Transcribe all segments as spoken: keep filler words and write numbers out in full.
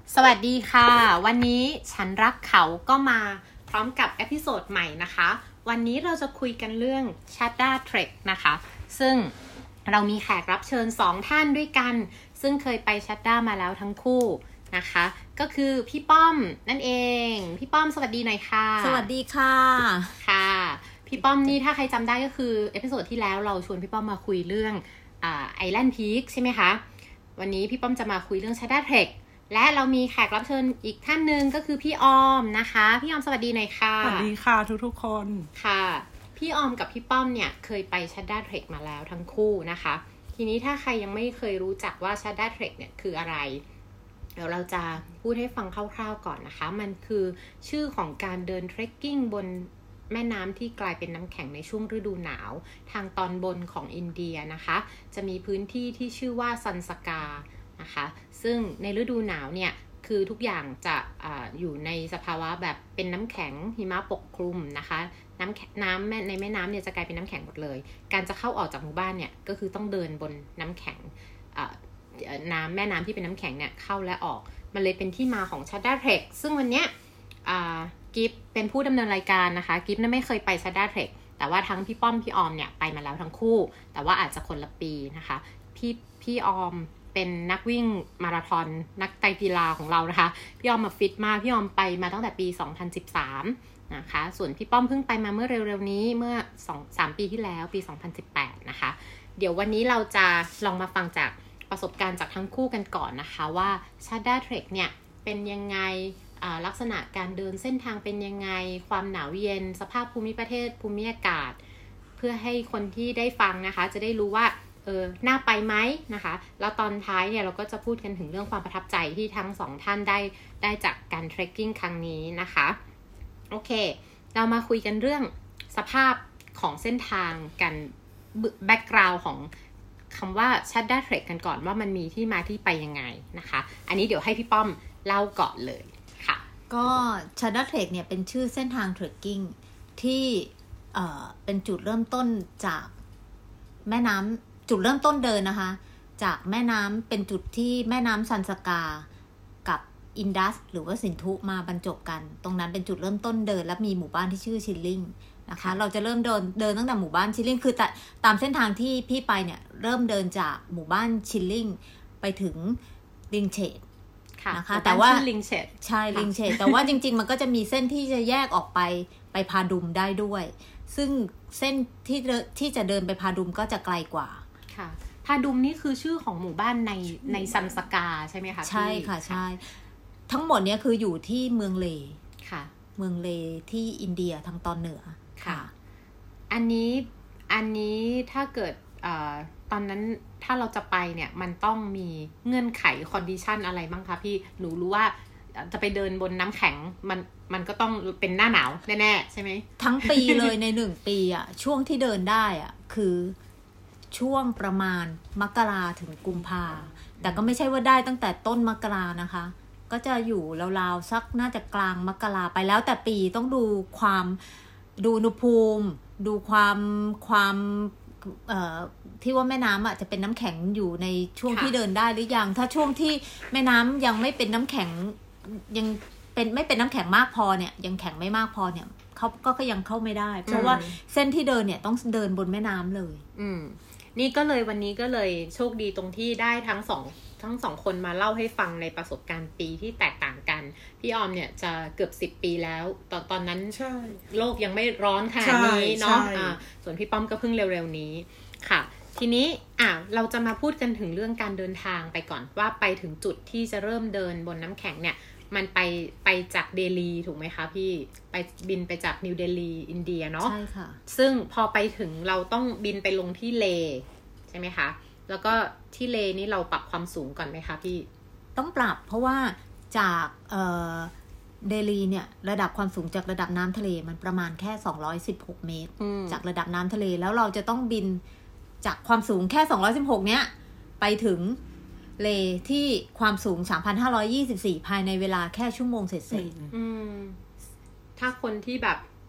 สวัสดีค่ะวันนี้ฉันรักเขาก็มาพร้อมกับเอพิโซดใหม่นะคะวันนี้เราจะคุยกันเรื่อง Chadda Trek นะคะซึ่งเรามีแขกรับเชิญสองท่านด้วยกันซึ่งเคยไป Chadda มาแล้วทั้งคู่นะคะก็คือพี่ป้อมนั่นเองพี่ป้อมสวัสดีหน่อยค่ะสวัสดีค่ะค่ะพี่ป้อมนี่ถ้าใครจำได้ก็คือเอพิโซดที่แล้วเราชวนพี่ป้อมมาคุยเรื่องอ่า Island Peak ใช่ไหมคะวันนี้พี่ป้อมจะมาคุยเรื่อง Chadda Trekและเรามีแขกรับเชิญอีกท่านหนึ่งก็คือพี่ออมนะคะพี่ออมสวัสดีหน่อยค่ะสวัสดีค่ะทุกๆคนค่ะพี่ออมกับพี่ป้อมเนี่ยเคยไป Chadda Trek มาแล้วทั้งคู่นะคะทีนี้ถ้าใครยังไม่เคยรู้จักว่า Chadda Trek เนี่ยคืออะไรเดี๋ยวเราจะพูดให้ฟังคร่าวๆก่อนนะคะมันคือชื่อของการเดินเทรคกิ้งบนแม่น้ำที่กลายเป็นน้ำแข็งในช่วงฤดูหนาวทางตอนบนของอินเดียนะคะจะมีพื้นที่ที่ชื่อว่าซันสกานะคะซึ่งในฤดูหนาวเนี่ยคือทุกอย่างจะ อ, อยู่ในสภาวะแบบเป็นน้ำแข็งหิมะปกคลุมนะคะน้ำน้ำในแม่น้ำเนี่ยจะกลายเป็นน้ำแข็งหมดเลยการจะเข้าออกจากหมู่บ้านเนี่ยก็คือต้องเดินบนน้ำแข็งน้ำแม่น้ำที่เป็นน้ำแข็งเนี่ยเข้าและออกมันเลยเป็นที่มาของ Chadda Trek ซึ่งวันเนี้ยกิฟเป็นผู้ดำเนินรายการนะคะกิฟน่ะไม่เคยไป Chadda Trek แต่ว่าทั้งพี่ป้อมพี่ออมเนี่ยไปมาแล้วทั้งคู่แต่ว่าอาจจะคนละปีนะคะพี่พี่ออมเป็นนักวิ่งมาราธอนนักไตรกีฬาของเรานะคะพี่ออมมาฟิตมากพี่ออมไปมาตั้งแต่ปีสองพันสิบสามนะคะส่วนพี่ป้อมเพิ่งไปมาเมื่อเร็วๆนี้เมื่อ สองถึงสาม ปีที่แล้วปีสองพันสิบแปดนะคะเดี๋ยววันนี้เราจะลองมาฟังจากประสบการณ์จากทั้งคู่กันก่อนนะคะว่า Chadda Trek เนี่ยเป็นยังไงลักษณะการเดินเส้นทางเป็นยังไงความหนาวเย็นสภาพภูมิประเทศภูมิอากาศเพื่อให้คนที่ได้ฟังนะคะจะได้รู้ว่าเออน่าไปไหมนะคะแล้วตอนท้ายเนี่ยเราก็จะพูดกันถึงเรื่องความประทับใจที่ทั้งสองท่านได้ได้จากการเทรคกิ้งครั้งนี้นะคะโอเคเรามาคุยกันเรื่องสภาพของเส้นทางกันแบ็กกราวด์ของคำว่า Chadda Trek กันก่อนว่ามันมีที่มาที่ไปยังไงนะคะอันนี้เดี๋ยวให้พี่ป้อมเล่าก่อนเลยค่ะก็ Chadda Trek เนี่ยเป็นชื่อเส้นทางเทรคกิ้งที่เอ่อเป็นจุดเริ่มต้นจากแม่น้ำจุดเริ่มต้นเดินนะคะจากแม่น้ำเป็นจุดที่แม่น้ำซันสกากับอินดัสหรือว่าสินธุมาบรรจบกันตรงนั้นเป็นจุดเริ่มต้นเดินและมีหมู่บ้านที่ชื่อชิลลิงนะคะเราจะเริ่มเดินเดินตั้งแต่หมู่บ้านชิลลิงคือตามเส้นทางที่พี่ไปเนี่ยเริ่มเดินจากหมู่บ้านชิลลิงไปถึงลิงเชดนะคะแต่ว่าลิงเชดใช่ลิงเชดแต่ว่าจริงๆมันก็จะมีเส้นที่จะแยกออกไปไปพาดุมได้ด้วยซึ่งเส้นที่ที่จะเดินไปพาดุมก็จะไกลกว่าค่ะพาดุมนี่คือชื่อของหมู่บ้านในในซันสกาใช่ไหมคะใช่ค่ะใช่ทั้งหมดเนี้ยคืออยู่ที่เมืองเลค่ะเมืองเลที่อินเดียทางตอนเหนือค่ะอันนี้อันนี้ถ้าเกิดเอ่อตอนนั้นถ้าเราจะไปเนี่ยมันต้องมีเงื่อนไขคอนดิชันอะไรบ้างคะพี่หนูรู้ว่าจะไปเดินบนน้ำแข็งมันมันก็ต้องเป็นหน้าหนาวแน่ๆใช่ไหมทั้งปีเลยในหนึ่งปีอ่ะช่วงที่เดินได้อ่ะคือช่วงประมาณมกราถึงกุมภาแต่ก็ไม่ใช่ว่าได้ตั้งแต่ต้นมกรานะคะก็จะอยู่ราวๆสักน่าจะกลางมกราไปแล้วแต่ปีต้องดูความดูอุณหภูมิดูความความเอ่อที่ว่าแม่น้ำอ่ะจะเป็นน้ำแข็งอยู่ในช่วงที่เดินได้หรือยังถ้าช่วงที่แม่น้ำยังไม่เป็นน้ำแข็งยังเป็นไม่เป็นน้ำแข็งมากพอเนี่ยยังแข็งไม่มากพอเนี่ยเขาก็ก็ยังเข้าไม่ได้เพราะว่าเส้นที่เดินเนี่ยต้องเดินบนแม่น้ำเลยอืมนี่ก็เลยวันนี้ก็เลยโชคดีตรงที่ได้ทั้งสองทั้งสองคนมาเล่าให้ฟังในประสบการณ์ปีที่แตกต่างกันพี่ออมเนี่ยจะเกือบสิบปีแล้วตอนตอนนั้นโลกยังไม่ร้อนขนาดนี้เนาะอ่าส่วนพี่ป้อมก็เพิ่งเร็วๆนี้ค่ะทีนี้อ่ะเราจะมาพูดกันถึงเรื่องการเดินทางไปก่อนว่าไปถึงจุดที่จะเริ่มเดินบนน้ำแข็งเนี่ยมันไปไปจากเดลีถูกไหมคะพี่ไปบินไปจากนิวเดลีอินเดียเนาะใช่ค่ะซึ่งพอไปถึงเราต้องบินไปลงที่เลใช่ไหมคะแล้วก็ที่เลนี่เราปรับความสูงก่อนไหมคะพี่ต้องปรับเพราะว่าจากเอ่อเดลีเนี่ยระดับความสูงจากระดับน้ำทะเลมันประมาณแค่สองร้อยสิบหกเมตรจากระดับน้ำทะเลแล้วเราจะต้องบินจากความสูงแค่สองร้อยสิบหกเนี้ยไปถึงเลที่ความสูง สามพันห้าร้อยยี่สิบสี่ ภายในเวลาแค่ชั่วโมงเศษๆถ้าคนที่แบบ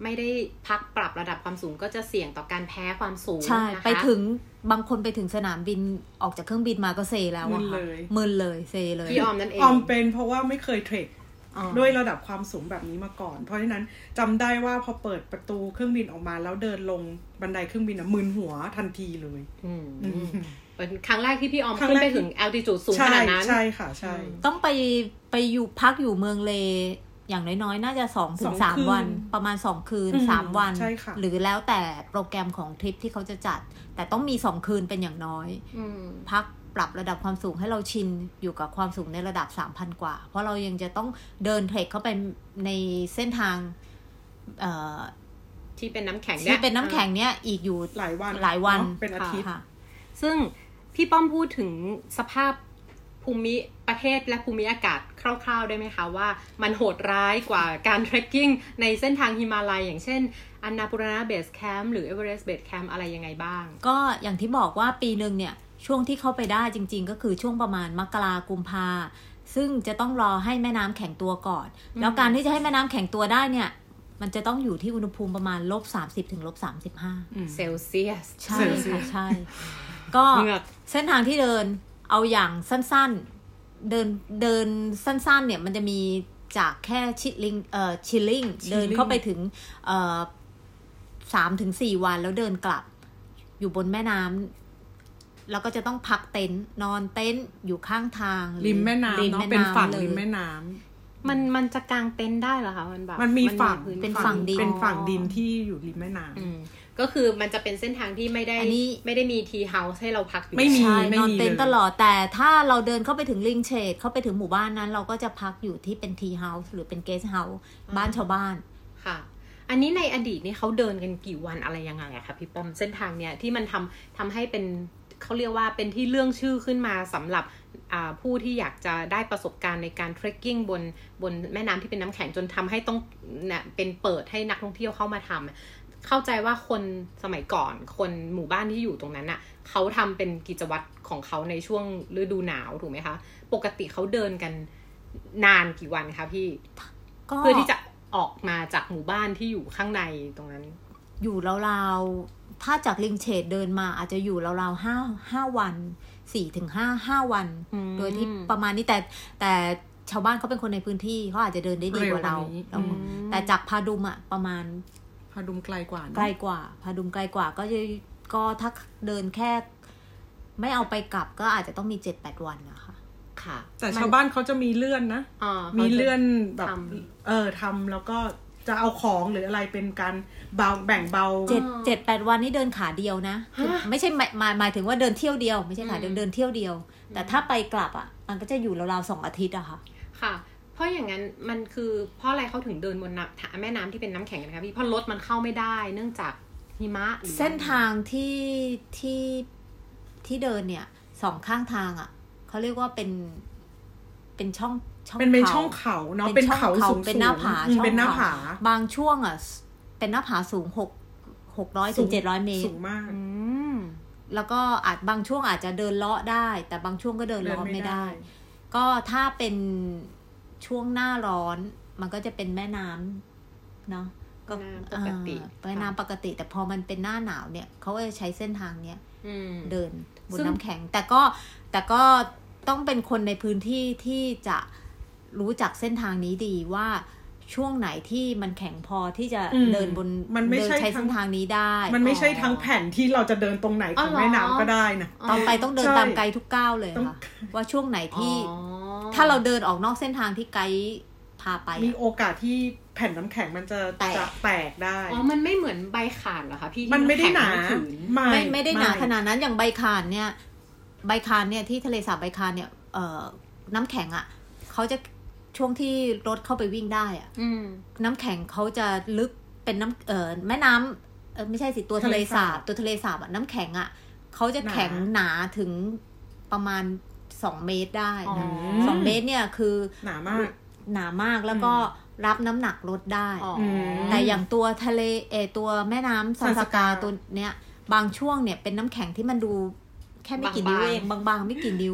ไม่ได้พักปรับระดับความสูงก็จะเสี่ยงต่อการแพ้ความสูงใช่นะคะไปถึงบางคนไปถึงสนามบินออกจากเครื่องบินมาก็เซแล้วอะค่ะมึนเลยเซเลยพี่ออมนั่นเองออมเป็นเพราะว่าไม่เคยเทรคด้วยระดับความสูงแบบนี้มาก่อนเพราะฉะนั้นจำได้ว่าพอเปิดประตูเครื่องบินออกมาแล้วเดินลงบันไดเครื่องบินอะมึนหัวทันทีเลยเป็นครั้งแรกที่พี่ออมขึ้นไปถึง altitude สูงขนาดนั้นใช่ค่ะใช่ต้องไปไปอยู่พักอยู่เมืองเลอย่างน้อยๆน่าจะ สองถึงสาม วันประมาณสองคืนสามวันหรือแล้วแต่โปรแกรมของทริปที่เขาจะจัดแต่ต้องมีสองคืนเป็นอย่างน้อยพักปรับระดับความสูงให้เราชินอยู่กับความสูงในระดับ สามพัน กว่าเพราะเรายังจะต้องเดินเทรคเข้าไปในเส้นทางเอ่อที่เป็นน้ำแข็งที่เป็นน้ำแข็งเนี้ยอีกอยู่หลายวันหลายวันเป็นอาทิตย์ซึ่งพี่ป้อมพูดถึงสภาพภูมิประเทศและภูมิอากาศคร่าวๆได้ไหมคะว่ามันโหดร้ายกว่าการเทรคกิ้งในเส้นทางฮิมาลัยอย่างเช่นอันนาปูรณะเบสแคมป์หรือเอเวอเรสต์เบสแคมป์อะไรยังไงบ้างก็อย่างที่บอกว่าปีนึงเนี่ยช่วงที่เข้าไปได้จริงๆก็คือช่วงประมาณมกรากุมภาซึ่งจะต้องรอให้แม่น้ำแข็งตัวก่อนแล้วการที่จะให้แม่น้ำแข็งตัวได้เนี่ยมันจะต้องอยู่ที่อุณหภูมิประมาณลบสามสิบถึงลบสามสิบห้าเซลเซียสใช่ค่ะใช่ก็เส้นทางที่เดินเอาอย่างสั้นๆเดินเดินสั้นๆเนี่ยมันจะมีจากแค่ชิลลิงเอ่อชิลลิงเดินเข้าไปถึงเอ่อสามถึงสี่วันแล้วเดินกลับอยู่บนแม่น้ำแล้วก็จะต้องพักเต็นท์นอนเต็นท์อยู่ข้างทางริมแม่น้ำเนาะเป็นฝั่งริมแม่น้ำมันมันจะกางเต็นท์ได้เหรอคะมันแบบมันมีฝั่งเป็นฝั่งดินเป็นฝั่งดินที่อยู่ริมแม่น้ำก็คือมันจะเป็นเส้นทางที่ไม่ได้ไม่ได้มีทีเฮาส์ให้เราพักอยู่ไม่มีนอนเต็นท์ตลอดแต่ถ้าเราเดินเข้าไปถึงลิงเชดเข้าไปถึงหมู่บ้านนั้นเราก็จะพักอยู่ที่เป็นทีเฮาส์หรือเป็นเกสต์เฮาส์บ้านชาวบ้านค่ะอันนี้ในอดีตนี่เขาเดินกันกี่วันอะไรยังไงอะคะพี่ป้อมเส้นทางเนี้ยที่มันทำทำให้เป็นเขาเรียกว่าเป็นที่เรื่องชื่อขึ้นมาสำหรับผู้ที่อยากจะได้ประสบการณ์ในการเทรคกิ้งบนบนแม่น้ำที่เป็นน้ำแข็งจนทำให้ต้องเนี่ยเป็นเปิดให้นักท่องเที่ยวเข้ามาทำเข้าใจว่าคนสมัยก่อนคนหมู่บ้านที่อยู่ตรงนั้นน่ะเขาทำเป็นกิจวัตรของเขาในช่วงฤดูหนาวถูกไหมคะปกติเขาเดินกันนานกี่วันคะพี่เพื่อที่จะออกมาจากหมู่บ้านที่อยู่ข้างในตรงนั้นอยู่ราวๆถ้าจากลิงเชดเดินมาอาจจะอยู่ราวๆห้าห้าวันสี่ถึงห้าห้าวันโดยที่ประมาณนี้แต่แต่ชาวบ้านเขาเป็นคนในพื้นที่เขาอาจจะเดินได้ดีกว่าเราแต่จากพาดุมอ่ะประมาณพาดุมไกลกว่าไกลกว่าพาดุมไกลกว่าก็จะก็ถ้าเดินแค่ไม่เอาไปกลับก็อาจจะต้องมี เจ็ดแปด วันนะคะค่ะแต่ชาวบ้านเขาจะมีเลื่อนนะมีเลื่อนแบบเออทำแล้วก็จะเอาของหรืออะไรเป็นการเบาแบ่งเบาเจ็ด เจ็ด แปด วันนี่เดินขาเดียวนะไม่ใช่หมายหมายถึงว่าเดินเที่ยวเดียวไม่ใช่ขาเดินเดินเที่ยวเดียวแต่ถ้าไปกลับอ่ะมันก็จะอยู่ราวๆสองอาทิตย์อะค่ะค่ะเพราะอย่างนั้นมันคือเพราะอะไรเขาถึงเดินบนแม่น้ำที่เป็นน้ำแข็งนะคะพี่เพราะรถมันเข้าไม่ได้เนื่องจากหิมะเส้นทางที่ที่ที่เดินเนี่ยสองข้างทางอ่ะเขาเรียกว่าเป็นเป็นช่องเป็นเป็นช่องเขาเนาะเป็นเขาสูงเป็นหน้าผาเป็นหน้าผาบางช่วงอ่ะเป็นหน้าผาสูงหก หกร้อยถึงเจ็ดร้อยเมตรสูงมากแล้วก็อาจบางช่วงอาจจะเดินเลาะได้แต่บางช่วงก็เดินเลาะไม่ได้ก็ถ้าเป็นช่วงหน้าร้อนมันก็จะเป็นแม่น้ำเนาะก็ปกติแม่น้ำปกติแต่พอมันเป็นหน้าหนาวเนี่ยเขาก็จะใช้เส้นทางเนี้ยเดินบนน้ำแข็งแต่ก็แต่ก็ต้องเป็นคนในพื้นที่ที่จะรู้จักเส้นทางนี้ดีว่าช่วงไหนที่มันแข็งพอที่จะเดินบนมันไม่ใช่ใช้เส้นทางนี้ได้มันไม่ใช่ทั้งแผ่นที่เราจะเดินตรงไหนของแม่น้ำก็ได้นะตอนไปต้องเดินตามไกด์ทุกก้าวเลยค่ะว่าช่วงไหนที่ถ้าเราเดินออกนอกเส้นทางที่ไกด์พาไปมีโอกาสที่แผ่นน้ำแข็งมันจะจะแตกได้อ๋อมันไม่เหมือนใบข่านเหรอคะพี่มันไม่ได้หนาไม่ไม่ได้หนาขนาดนั้นอย่างใบข่านเนี่ยใบข่านเนี่ยที่ทะเลสาบใบข่านเนี่ยเอ่อน้ำแข็งอ่ะเขาจะช่วงที่รถเข้าไปวิ่งได้อ่ะน้ำแข็งเขาจะลึกเป็นน้ำเอ่อแม่น้ำเออไม่ใช่สิตัวทะเลสาบตัวทะเลสาบอ่ะน้ำแข็งอ่ะเขาจะแข็งหนาถึงประมาณสองเมตรได้นะสองเมตรเนี่ยคือหนามากหนามากแล้วก็รับน้ำหนักรถได้แต่อย่างตัวทะเลเอตัวแม่น้ำซันสกาตัวเนี้ยบางช่วงเนี่ยเป็นน้ำแข็งที่มันดูแค่ไม่กี่นิ้วเองบางๆไม่กี่นิ้ว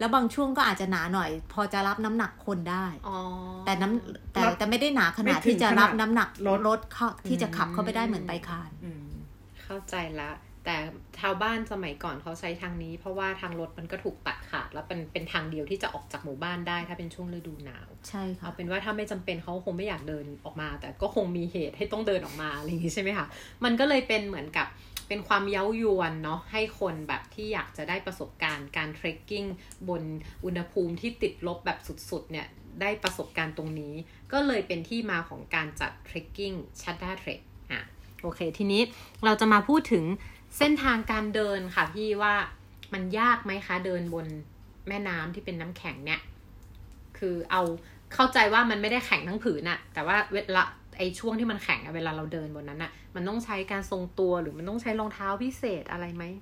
แล้วบางช่วงก็อาจจะหนาหน่อยพอจะรับน้ำหนักคนได้แต่น้ำแต่แต่ไม่ได้หนาขนาดที่จะรับน้ำหนักรถที่จะขับเข้าไปได้เหมือนไปคานเข้าใจละแต่ชาวบ้านสมัยก่อนเขาใช้ทางนี้เพราะว่าทางรถมันก็ถูกตัดขาดแล้วเป็นเป็นทางเดียวที่จะออกจากหมู่บ้านได้ถ้าเป็นช่วงฤดูหนาวใช่ค่ะเอาเป็นว่าถ้าไม่จำเป็นเขาคงไม่อยากเดินออกมาแต่ก็คงมีเหตุให้ต้องเดินออกมาอะไรอย่างนี้ใช่ไหมคะมันก็เลยเป็นเหมือนกับเป็นความเย้ายวนเนาะให้คนแบบที่อยากจะได้ประสบการณ์การเทรคกิ้งบนอุณหภูมิที่ติดลบแบบสุดๆเนี่ยได้ประสบการณ์ตรงนี้ก็เลยเป็นที่มาของการจัดเทรคกิ้งชัดด้าเทรคอ่ะโอเคทีนี้เราจะมาพูดถึงเส้นทางการเดินค่ะพี่ว่ามันยากไหมคะเดินบนแม่น้ำที่เป็นน้ำแข็งเนี่ยคือเอาเข้าใจว่ามันไม่ได้แข็งทั้งผืนน่ะแต่ว่าเวลาไอ้ช่วงที่มันแข็งอะเวลาเราเดินบนนั้นน่ะมันต้องใช้การทรงตัวหรือมันต้องใช้รองเท้าพิเศษอะไรไหม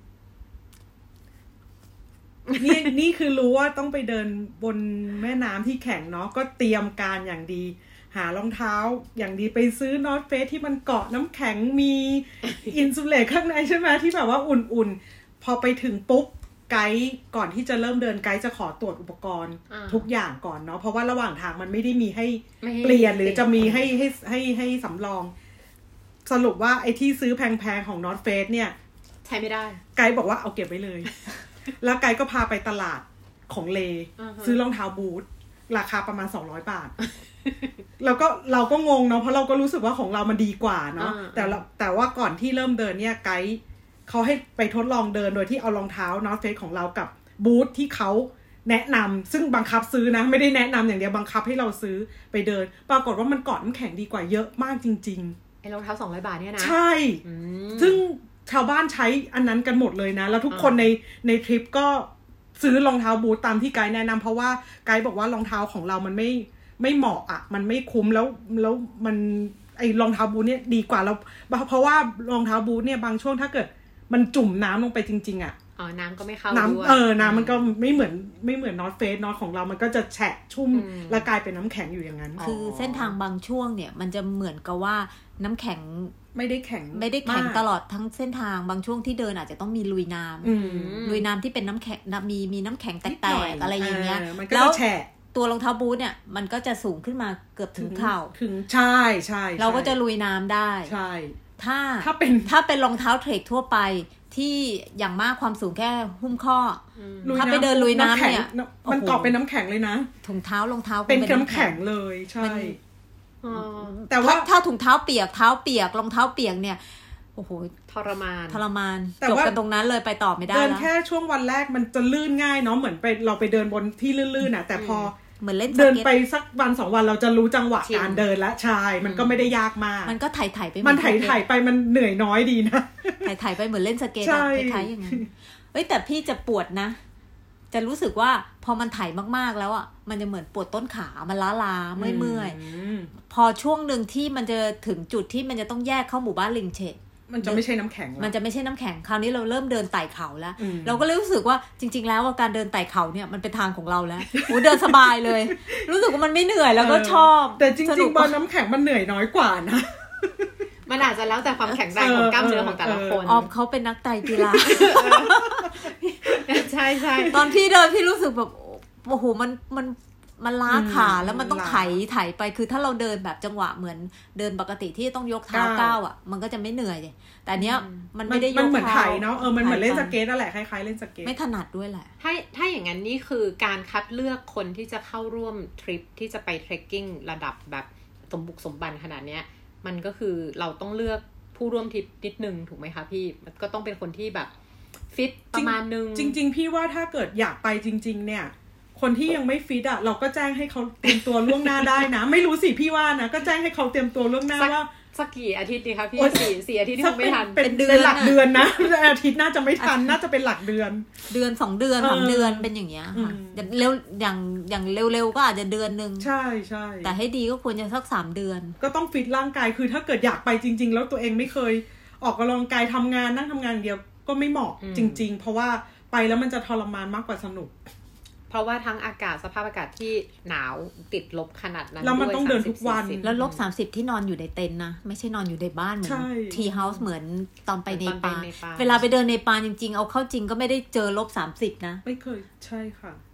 นี่นี่คือรู้ว่าต้องไปเดินบนแม่น้ำที่แข็งเนาะก็เตรียมการอย่างดีหารองเท้าอย่างดีไปซื้อนอร์ทเฟสที่มันเกาะน้ำแข็งมีอินซูเลตข้างในใช่ไหมที่แบบว่าอุ่นๆพอไปถึงปุ๊บไกด์ก่อนที่จะเริ่มเดินไกด์จะขอตรวจอุปกรณ์ทุกอย่างก่อนเนาะเพราะว่าระหว่างทางมันไม่ได้มีให้เปลี่ยนหรือจะมีให้ให้ให้ให้สำรองสรุปว่าไอ้ที่ซื้อแพงๆของนอร์ทเฟสเนี่ยใช้ไม่ได้ไกด์บอกว่าเอาเก็บไว้เลยแล้วไกด์ก็พาไปตลาดของเล uh-huh. ซื้อรองเท้าบูทราคาประมาณสองร้อยบาทแล้วก็เราก็งงเนาะเพราะเราก็รู้สึกว่าของเรามันดีกว่าเนาะ uh-huh. แต่แต่ว่าก่อนที่เริ่มเดินเนี่ยไกด์เขาให้ไปทดลองเดินโดยที่เอารองเท้านอร์ทเฟสของเรากับบูทที่เขาแนะนำซึ่งบังคับซื้อนะไม่ได้แนะนำอย่างเดียวบังคับให้เราซื้อไปเดินปรากฏว่ามันเกาะน้ำแข็งดีกว่าเยอะมากจริงๆไอ้รองเท้าสองร้อยบาทเนี่ยนะใช่ซึ่งชาวบ้านใช้อันนั้นกันหมดเลยนะแล้วทุกคนในในทริปก็ซื้อรองเท้าบูทตามที่ไกด์แนะนำเพราะว่าไกด์บอกว่ารองเท้าของเรามันไม่ไม่เหมาะอ่ะมันไม่คุ้มแล้วแล้วมันไอ้รองเท้าบูทเนี่ยดีกว่าแล้วเพราะว่ารองเท้าบูทเนี่ยบางช่วงถ้าเกิดมันจุ่มน้ำลงไปจริงๆอ่ะอ๋อน้ำก็ไม่เข้าน้ำเออน้ำมันก็ไม่เหมือนไม่เหมือนนอร์ทเฟสเนาะของเรามันก็จะแฉะชุ่มแล้วกลายเป็นน้ำแข็งอยู่อย่างนั้นคือเส้นทางบางช่วงเนี่ยมันจะเหมือนกับว่าน้ำแข็งไม่ได้แข็งไม่ได้แข็งตลอดทั้งเส้นทางบางช่วงที่เดินอาจจะต้องมีลุยน้ำลุยน้ำที่เป็นน้ำแข็งมีมีน้ำแข็งแตกๆอะไรอย่างเงี้ยแล้วตัวรองเท้าบูทเนี่ยมันก็จะสูงขึ้นมาเกือบถึงเข่าถึงใช่ใช่เราก็จะลุยน้ำได้ใช่ถ้าถ้าเป็นถ้าเป็นรองเท้าเทรคทั่วไปที่อย่างมากความสูงแค่หุ้มข้อถ้าไปเดินลุยน้ำเนี่ยมันเกาะเป็นน้ำแข็งเลยนะถุงเท้ารองเท้าเป็นน้ำแข็งเลยใช่แต่ว่าถ้าถุงเท้าเปียกเท้าเปียกรองเท้าเปียกเนี่ยโอ้โหทรมานทรมานจบกันตรงนั้นเลยไปต่อไม่ได้เดินแค่ช่วงวันแรกมันจะลื่นง่ายเนาะเหมือนไปเราไปเดินบนที่ลื่นๆน่ะแต่พอเหมือนเล่นเดินไปสักวันสองวันเราจะรู้จังหวะการเดินแล้วใช่มันก็ไม่ได้ยากมากมันก็ถ่ายถ่ายไปมันถ่ายถ่ายไปมันเหนื่อยน้อยดีนะถ่ายถ่ายไปเหมือนเล่นสเก็ตคล้ายๆอย่างนั้นเอ้ยแต่พี่จะปวดนะจะรู้สึกว่าพอมันถ่ายมากๆแล้วอ่ะมันจะเหมือนปวดต้นขามันล้าๆเมื่อยๆพอช่วงนึงที่มันจะถึงจุดที่มันจะต้องแยกเข้าหมู่บ้านลิงเชตมันจะไม่ใช่น้ำแข็งมันจะไม่ใช่น้ำแข็งคราวนี้เราเริ่มเดินไต่เขาแล้วเราก็รู้สึกว่าจริงๆแล้วการเดินไต่เขาเนี่ยมันเป็นทางของเราแล้วโอ้เดินสบายเลยรู้สึกว่ามันไม่เหนื่อยแล้วก็ชอบแต่จริงๆบนน้ำแข็งมันเหนื่อยน้อยกว่านะมันอาจจะแล้วแต่ความแข็งแรงของกล้ามเนื้อของแต่ละคนออมเขาเป็นนักไต่กีฬาใช่ใช่ตอนพี่เดินพี่รู้สึกแบบโอ้โหมันมันมันล้าขาแล้วมันต้องไถไถไปคือถ้าเราเดินแบบจังหวะเหมือนเดินปกติที่ต้องยกเท้าก้าวอ่ะมันก็จะไม่เหนื่อยแต่เนี้ยมันไม่ได้ยกเท้ามันเหมือนไถเนาะเออมันเหมือนเล่นสเก็ตนั่นแหละคล้ายๆเล่นสเก็ตไม่ถนัดด้วยแหละถ้าถ้าอย่างนั้นนี่คือการคัดเลือกคนที่จะเข้าร่วมทริปที่จะไปเทรคกิ้งระดับแบบสมบุกสมบันขนาดเนี้ยมันก็คือเราต้องเลือกผู้ร่วมทริปนิดนึงถูกไหมคะพี่มันก็ต้องเป็นคนที่แบบฟิตประมาณนึงจริงๆพี่ว่าถ้าเกิดอยากไปจริงๆเนี่ยคนที่ยังไม่ฟิตอ่ะเราก็แจ้งให้เขาเตรียมตัวล่วงหน้าได้นะไม่รู้สิพี่ว่านะก็แจ้งให้เขาเตรียมตัวล่วงหน้าว่าสักกี่อาทิตย์ดีคะพี่สี่สี่อาทิตย์ที่คงไม่ทันเป็นเดือนหลักเดือนนะอาทิตย์น่าจะไม่ทันน่าจะเป็นหลักเดือนเดือนสองเดือนสามเดือนเป็นอย่างเงี้ยค่ะเร็วอย่างอย่างเร็วๆก็อาจจะเดือนนึงใช่ใช่แต่ให้ดีก็ควรจะสักสามเดือนก็ต้องฟิตร่างกายคือถ้าเกิดอยากไปจริงๆแล้วตัวเองไม่เคยออกกำลังกายทำงานนั่งทำงานเดียวก็ไม่เหมาะจริงๆเพราะว่าไปแล้วมันจะทรมานมากกว่าสนุกเพราะว่าทั้งอากาศสภาพอากาศที่หนาวติดลบขนาดนั้นแล้วมันต้องเดินทุกวันแล้วลบสามสิบที่นอนอยู่ในเต็นท์นะไม่ใช่นอนอยู่ในบ้านเหมือนทีเฮาส์เหมือนตอนไปเนปาลเวลาไปเดินเนปาลจริงๆเอาเข้าจริงก็ไม่ได้เจอลบสามสิบนะไม่เคยใช่ค่ะ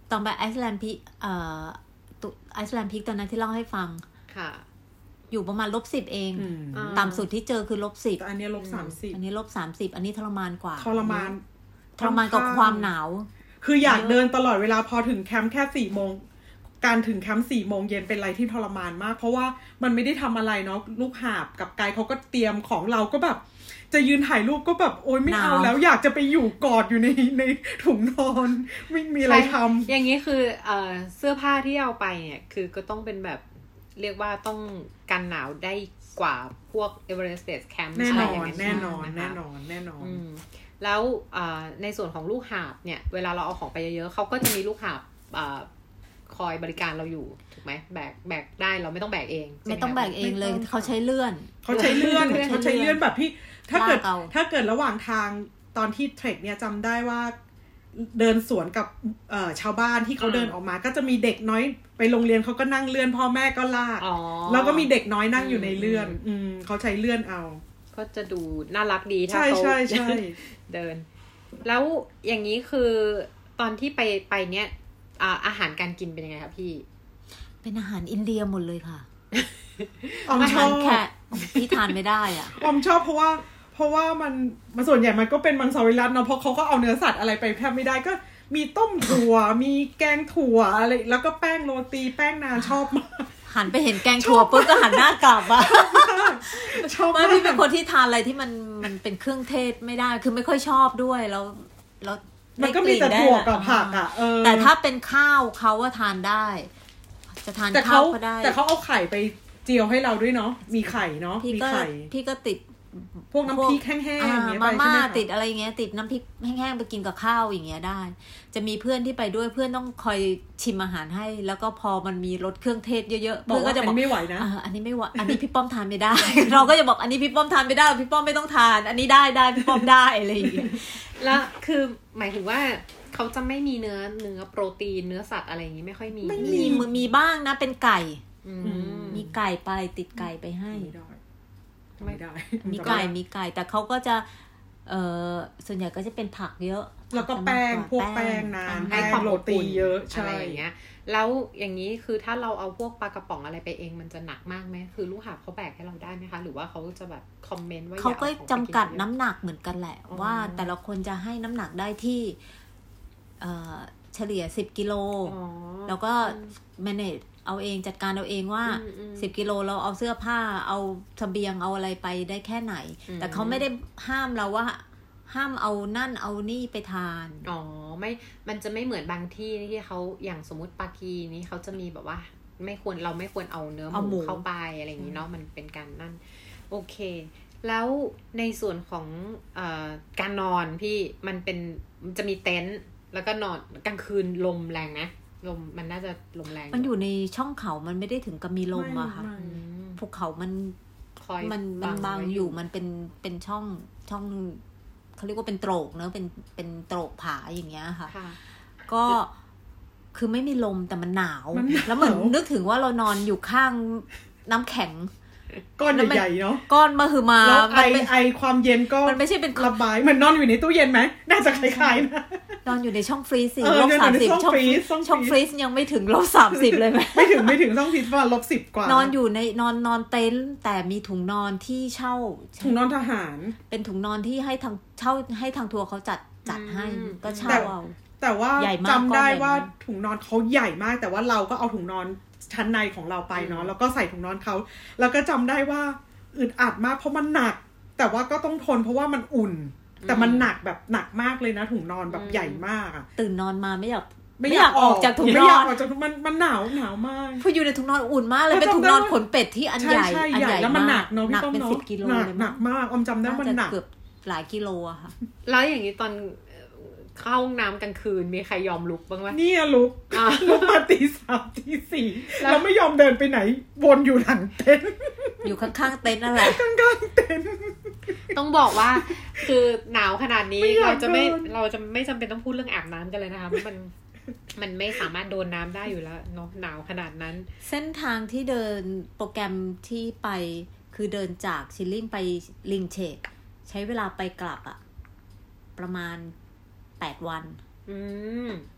ตอนไปไอซ์แลนด์พีเอ่อไอซ์แลนด์พีตอนนั้นที่เล่าให้ฟังค่ะอยู่ประมาณลบสิบเองต่ำสุดที่เจอคือลบสิบอันนี้ลบสามสิบอันนี้ลบสามสิบอันนี้ทรมานกว่าทรมานทรมานกับความหนาวคืออยากเดินตลอดเวลาพอถึงแคมป์แค่สี่โมงการถึงแคมป์สี่โมงเย็นเป็นอะไรที่ทรมานมากเพราะว่ามันไม่ได้ทำอะไรเนาะลูกหาบกับไกด์เขาก็เตรียมของเราก็แบบจะยืนถ่ายรูปก็แบบโอ๊ยไม่เอาแล้วอยากจะไปอยู่กอดอยู่ในในถุงนอนไม่มีอะไรทำอย่างนี้คือเอ่อเสื้อผ้าที่เอาไปเนี่ยคือก็ต้องเป็นแบบเรียกว่าต้องกันหนาวได้กว่าพวก Everest Base Camp อะไรอย่างเงี้ยแน่นอนแน่นอนแน่นอนแล้วในส่วนของลูกหาบเนี่ยเวลาเราเอาของไปเยอะๆเขาก็จะมีลูกหาบคอยบริการเราอยู่ถูกไหมแบกแบกได้เราไม่ต้องแบกเองไม่ต้องแบกเองเลยเขาใช้เลื่อนเขาใช้เลื่อนเขาใช้เลื่อนแบบพี่ถ้าเกิดถ้าเกิดระหว่างทางตอนที่เทรคเนี่ยจำได้ว่าเดินสวนกับชาวบ้านที่เขาเดินออกมาก็จะมีเด็กน้อยไปโรงเรียนเขาก็นั่งเลื่อนพ่อแม่ก็ลากแล้วก็มีเด็กน้อยนั่งอยู่ในเลื่อนอืมเขาใช้เลื่อนเอาก็จะดูน่ารักดีถ้าเขาเดินแล้วอย่างนี้คือตอนที่ไปไปเนี้ยอาหารการกินเป็นยังไงครับพี่เป็นอาหารอินเดียหมดเลยค่ะอมชอบแค่ที่ทานไม่ได้อ่ะอมชอบเพราะว่าเพราะว่ามันมันส่วนใหญ่มันก็เป็นมังสวิรัติเนาะเพราะเขาก็เอาเนื้อสัตว์อะไรไปแทบไม่ได้ก็มีต้มถั่วมีแกงถั่วอะไรแล้วก็แป้งโรตีแป้งนานชอบมากหันไปเห็นแกงถั่วปุ๊บก็หันหน้ากลับอ่ะชอบมากพี่เป็นคนที่ทานอะไรที่มันมันเป็นเครื่องเทศไม่ได้คือไม่ค่อยชอบด้วยแล้วแล้วมันก็มีแต่ถั่วกับผักอ่ะแต่ถ้าเป็นข้าวเขาว่าทานได้จะทานข้าวก็ได้แต่เขาเอาไข่ไปเจียวให้เราด้วยเนาะมีไข่เนาะมีไข่พี่ก็ติดพวกน้ำพริกแห้งๆอย่างเงี้ยไปใช่ไหมมาม่าติดอะไรเงี้ยติดน้ำพริกแห้งๆไปกินกับข้าวอย่างเงี้ยได้จะมีเพื่อนที่ไปด้วยเพื่อนต้องคอยชิมอาหารให้แล้วก็พอมันมีรสเครื่องเทศเยอะๆเพื่อนก็จะบอกไม่ไหวนะอันนี้ไม่ไหวอันนี้พี่ป้อมทานไม่ได้เราก็จะบอกอันนี้พี่ป้อมทานไม่ได้พี่ป้อมไม่ต้องทานอันนี้ได้ได้พี่ป้อมได้อะไรอย่างเงี้ยแล้วคือหมายถึงว่าเขาจะไม่มีเนื้อเนื้อโปรตีนเนื้อสัตว์อะไรอย่างงี้ไม่ค่อยมีไม่มีมือมีบ้างนะเป็นไก่มีไก่ไปติดไก่ไปให้ไม่ได้มีไก่มีไก่แต่เขาก็จะเอ่อส่วนใหญ่ก็จะเป็นผักเยอะแล้วก็แป้งพวกแป้งนานให้ความโรตีเยอะอะไรอย่างเงี้ยแล้วอย่างนี้คือถ้าเราเอาพวกปลากระป๋องอะไรไปเองมันจะหนักมากไหมคือลูกหาบเขาแบกให้เราได้ไหมคะหรือว่าเขาจะแบบคอมเมนต์ว่าเขาก็จำกัดน้ำหนักเหมือนกันแหละว่าแต่ละคนจะให้น้ำหนักได้ที่เอ่อเฉลี่ยสิบกิโลแล้วก็ manageเอาเองจัดการเอาเองว่าสิบกิโลเราเอาเสื้อผ้าเอาเสบียงเอาอะไรไปได้แค่ไหนแต่เขาไม่ได้ห้ามเราว่าห้ามเอานั่นเอานี่ไปทานอ๋อไม่มันจะไม่เหมือนบางที่ที่เขาอย่างสมมุติปากีนี่เขาจะมีแบบว่าไม่ควรเราไม่ควรเอาเนื้อหมูเข้าไปอะไรอย่างนี้เนาะมันเป็นการนั่นโอเคแล้วในส่วนของเอ่อการนอนพี่มันเป็นจะมีเต็นท์แล้วก็นอนกลางคืนลมแรงนะลมมันน่าจะลมแรงมันอยู่ในช่องเขามันไม่ได้ถึงกับมีลมอะค่ะภูเขามันมันมันบางอยู่มันเป็นเป็นช่องช่องเขาเรียกว่าเป็นโตรกเนอะเป็นเป็นโตรกผาอย่างเงี้ยค่ะก็คือไม่มีลมแต่มันหนาวแล้วเหมือนนึกถึงว่าเรานอนอยู่ข้างน้ำแข็งก้อนใหญ่ๆเนาะก้อนมหึมาแล้วไอไอความเย็นก็มันไม่ใช่เป็นระบายเหมือนนอนอยู่ในตู้เย็นไหมน่าจะคล้ายๆนะนอนอยู่ในช่องฟรีซสิลบสามสิบช่องฟรีซช่องฟรีซยังไม่ถึงลบสามสิบเลยไหมไม่ถึงไม่ถึงช่องฟรีซประมาณลบสิบกว่านอนอยู่ในนอนนอนเต็นท์แต่มีถุงนอนที่เช่าถุงนอนทหารเป็นถุงนอนที่ให้ทางเช่าให้ทางทัวร์เขาจัดจัดให้ก็เช่าเอาแต่ว่าจำได้ว่าถุงนอนเขาใหญ่มากแต่ว่าเราก็เอาถุงนอนชั้นในของเราไปเนาะแล้วก็ใส่ถุงนอนเขาแล้วก็จำได้ว่าอึดอัดมากเพราะมันหนักแต่ว่าก็ต้องทนเพราะว่ามันอุ่นแต่มันหนักแบบหนักมากเลยนะถุงนอนแบบใหญ่มากอ่ะตื่นนอนมาไม่อยากไม่อยากออกจากถุงนอนไม่อยากออกจากมันมันหนาวหนาวมากพออยู่ในถุงนอนอุ่นมากเลยเป็นถุงนอนขนเป็ดที่อันใหญ่อันใหญ่แล้วมันหนักเนาะพี่ต้อมเนาะกิโลเลยหนักมากอมจำได้มันหนักเกือบหลายกิโลอะค่ะแล้วอย่างนี้ตอนเข้าห้องน้ำกลางคืนมีใครยอมลุกบ้างไหมนี่ลุกลุกมาตีสามตีสี่แล้วไม่ยอมเดินไปไหนวนอยู่หลังเต็นท์อยู่ข้างๆเต็นท์นั่นแหละข้างๆเต็นท์ต้องบอกว่าคือหนาวขนาดนี้เราจะไม่เราจะไม่จำเป็นต้องพูดเรื่องอาบน้ำกันเลยนะคะมันมันไม่สามารถโดนน้ำได้อยู่แล้วเนาะหนาวขนาดนั้นเส้นทางที่เดินโปรแกรมที่ไปคือเดินจากชิลลิงไปลิงเชกใช้เวลาไปกลับอะประมาณแปดวันอืม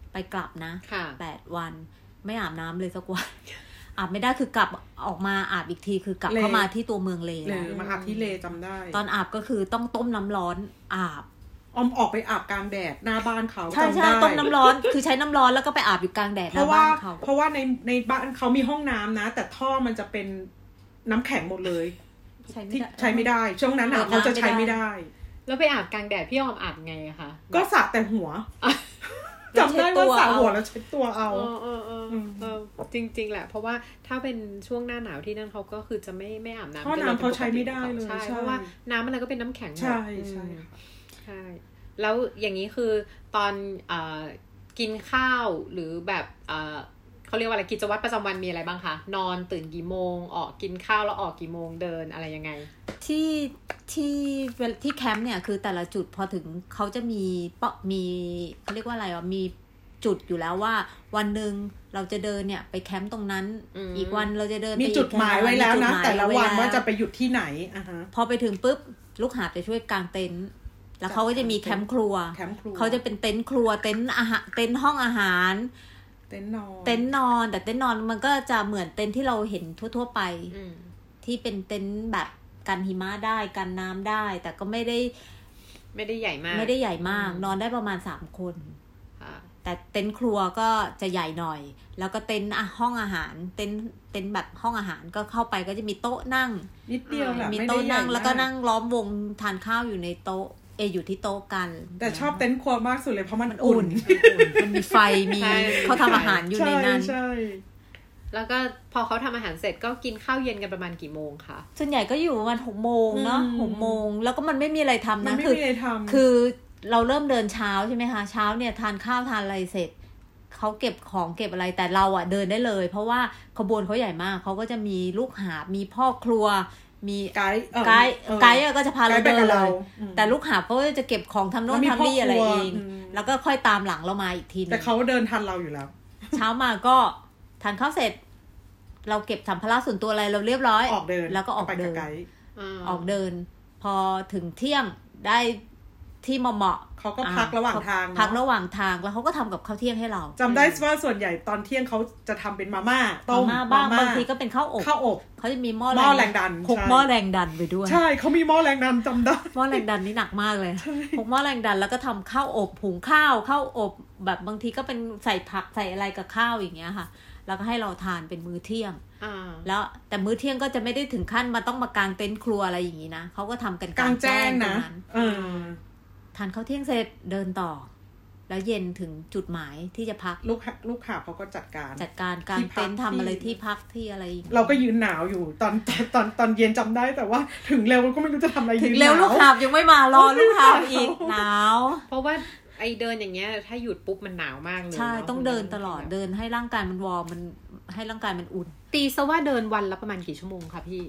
ไปกลับนะค่ะแปดวันไม่อาบน้ำเลยสักวัน อาบไม่ได้คือกลับออกมาอาบอีกทีคือกลับเข้ามาที่ตัวเมืองเลเลมาอาบที่เลจำได้ตอนอาบก็คือต้องต้มน้ำร้อนอาบออมออกไปอาบกลางแดดหน้าบ้านเขาใช่ใช่ต้มน้ำร้อนคือใช้น้ำร้อนแล้วก็ไปอาบอยู่กลางแดดหน้าบ้านเขาเพราะว่าในในบ้านเขามีห้องน้ำนะแต่ท่อมันจะเป็นน้ำแข็งหมดเลยที่ใช้ไม่ได้ช่วงนั้นเขาจะใช้ไม่ได้แล้วไปอาบกลางแดดพี่ออมอาบไงอะคะก็สระแต่หัวจำได้ว่าสระหัวแล้วเช็ดตัวเอาเออเออเออจริงๆแหละเพราะว่าถ้าเป็นช่วงหน้าหนาวที่นั่นเขาก็คือจะไม่ไม่อาบน้ำเพราะน้ำเขาใช้ไม่ได้เลยใช่เพราะว่าน้ำมันก็เป็นน้ำแข็งใช่ใช่ใช่แล้วอย่างนี้คือตอนเอ่อกินข้าวหรือแบบเอ่อเขาเรียกว่าอะไรกิจวัตรประจำวันมีอะไรบ้างคะนอนตื่นกี่โมงออกกินข้าวแล้วออกกี่โมงเดินอะไรยังไงที่ที่ที่แคมป์เนี่ยคือแต่ละจุดพอถึงเขาจะมีเปาะมีเขาเรียกว่าอะไรอ่ะมีจุดอยู่แล้วว่าวันหนึ่งเราจะเดินเนี่ยไปแคมป์ตรงนั้น อ, อีกวันเราจะเดินมีจุดหมายไว้แล้วนะแต่ละวันว่าจะไปหยุดที่ไหนอ่ะฮะพอไปถึงปุ๊บลูกหาบจะช่วยกางเต็นท์แล้วเขาก็จะมีแคมป์ครัวเขาจะเป็นเต็นท์ครัวเต็นท์อาหารเต็นท์ห้องอาหารเต็นท์นอนเต็นท์นอนแต่เต็นท์นอนมันก็จะเหมือนเต็นท์ที่เราเห็นทั่วๆไปที่เป็นเต็นท์แบบกันหิมะได้กันน้ำได้แต่ก็ไม่ได้ไม่ได้ใหญ่มากไม่ได้ใหญ่มากนอนได้ประมาณสามคนแต่เต็นท์ครัวก็จะใหญ่หน่อยแล้วก็เต็นท์ห้องอาหารเต็นท์เต็นท์แบบห้องอาหารก็เข้าไปก็จะมีโต๊ะนั่งนิดเดียวแหละมีโต๊ะนั่งแล้วก็นั่งล้อมวงทานข้าวอยู่ในโต๊ะเออยู่ที่โต๊ะกันแต่ชอบเต็นท์ครัวมากสุดเลยเพราะมันอุ่นมันมีไฟมีเขาทำอาหารอยู่ในนั้นใช่แล้วก็พอเขาทำอาหารเสร็จก็กินข้าวเย็นกันประมาณกี่โมงคะส่วนใหญ่ก็อยู่ประมาณหกโมงเนาะหกโมงแล้วก็มันไม่มีอะไรทำนะคือคือเราเริ่มเดินเช้าใช่ไหมคะเช้าเนี่ยทานข้าวทานอะไรเสร็จเขาเก็บของเก็บอะไรแต่เราอ่ะเดินได้เลยเพราะว่าขบวนเขาใหญ่มากเขาก็จะมีลูกหาบมีพ่อครัวมีไกด์ไกด์ไกด์ก็จะพาเราเดินเลยแต่ลูกหาบเขาจะเก็บของทำโน่นทำนี่อะไรเองแล้วก็ค่อยตามหลังเรามาอีกทีนึงแต่เขาเดินทันเราอยู่แล้วเช้ามาก็ทานข้าวเสร็จเราเก็บสัมภาระส่วนตัวอะไรเราเรียบร้อยออกเดินแล้วก็ออกเดินออกเดินพอถึงเที่ยงได้ที่เหมาะเขาก็พักระหว่างทางพักระหว่างทางแล้วเขาก็ทำกับข้าวเที่ยงให้เราจำได้ว่าส่วนใหญ่ตอนเที่ยงเขาจะทำเป็นมาม่าต้มบ้างบางทีก็เป็นข้าวอบข้าวอบเขาจะมีหม้อแรงดันพกหม้อแรงดันไปด้วยใช่เขามีหม้อแรงดันจำได้หม้อแรงดันนี่หนักมากเลยพกหม้อแรงดันแล้วก็ทำข้าวอบหุงข้าวข้าวอบแบบบางทีก็เป็นใส่ผักใส่อะไรกับข้าวอย่างเงี้ยค่ะแล้วก็ให้เราทานเป็นมื้อเที่ยงแล้วแต่มื้อเที่ยงก็จะไม่ได้ถึงขั้นมาต้องมากางเต็นท์ครัวอะไรอย่างนี้นะเขาก็ทำกันกลางแจ้งนะทานข้าวเที่ยงเสร็จเดินต่อแล้วเย็นถึงจุดหมายที่จะพักลูกลูกหาบเขาก็จัดการจัดการการเต็นท์ทำอะไรที่พักที่อะไรเราก็ยืนหนาวอยู่ตอนตอนตอนเย็นจำได้แต่ว่าถึงเร็วก็ไม่รู้จะทำอะไรยืนหนาวถึงเร็วลูกหาบยังไม่มารอลูกหาบอีกหนาวเพราะว่าไอเดินอย่างเงี้ยถ้าหยุดปุ๊บมันหนาวมากเลยใช่ต้องเดินตลอดเดินให้ร่างกายมันวอร์มมันให้ร่างกายมันอุ่นตีซะว่าเดินวันละประมาณกี่ชั่วโมงคะพี่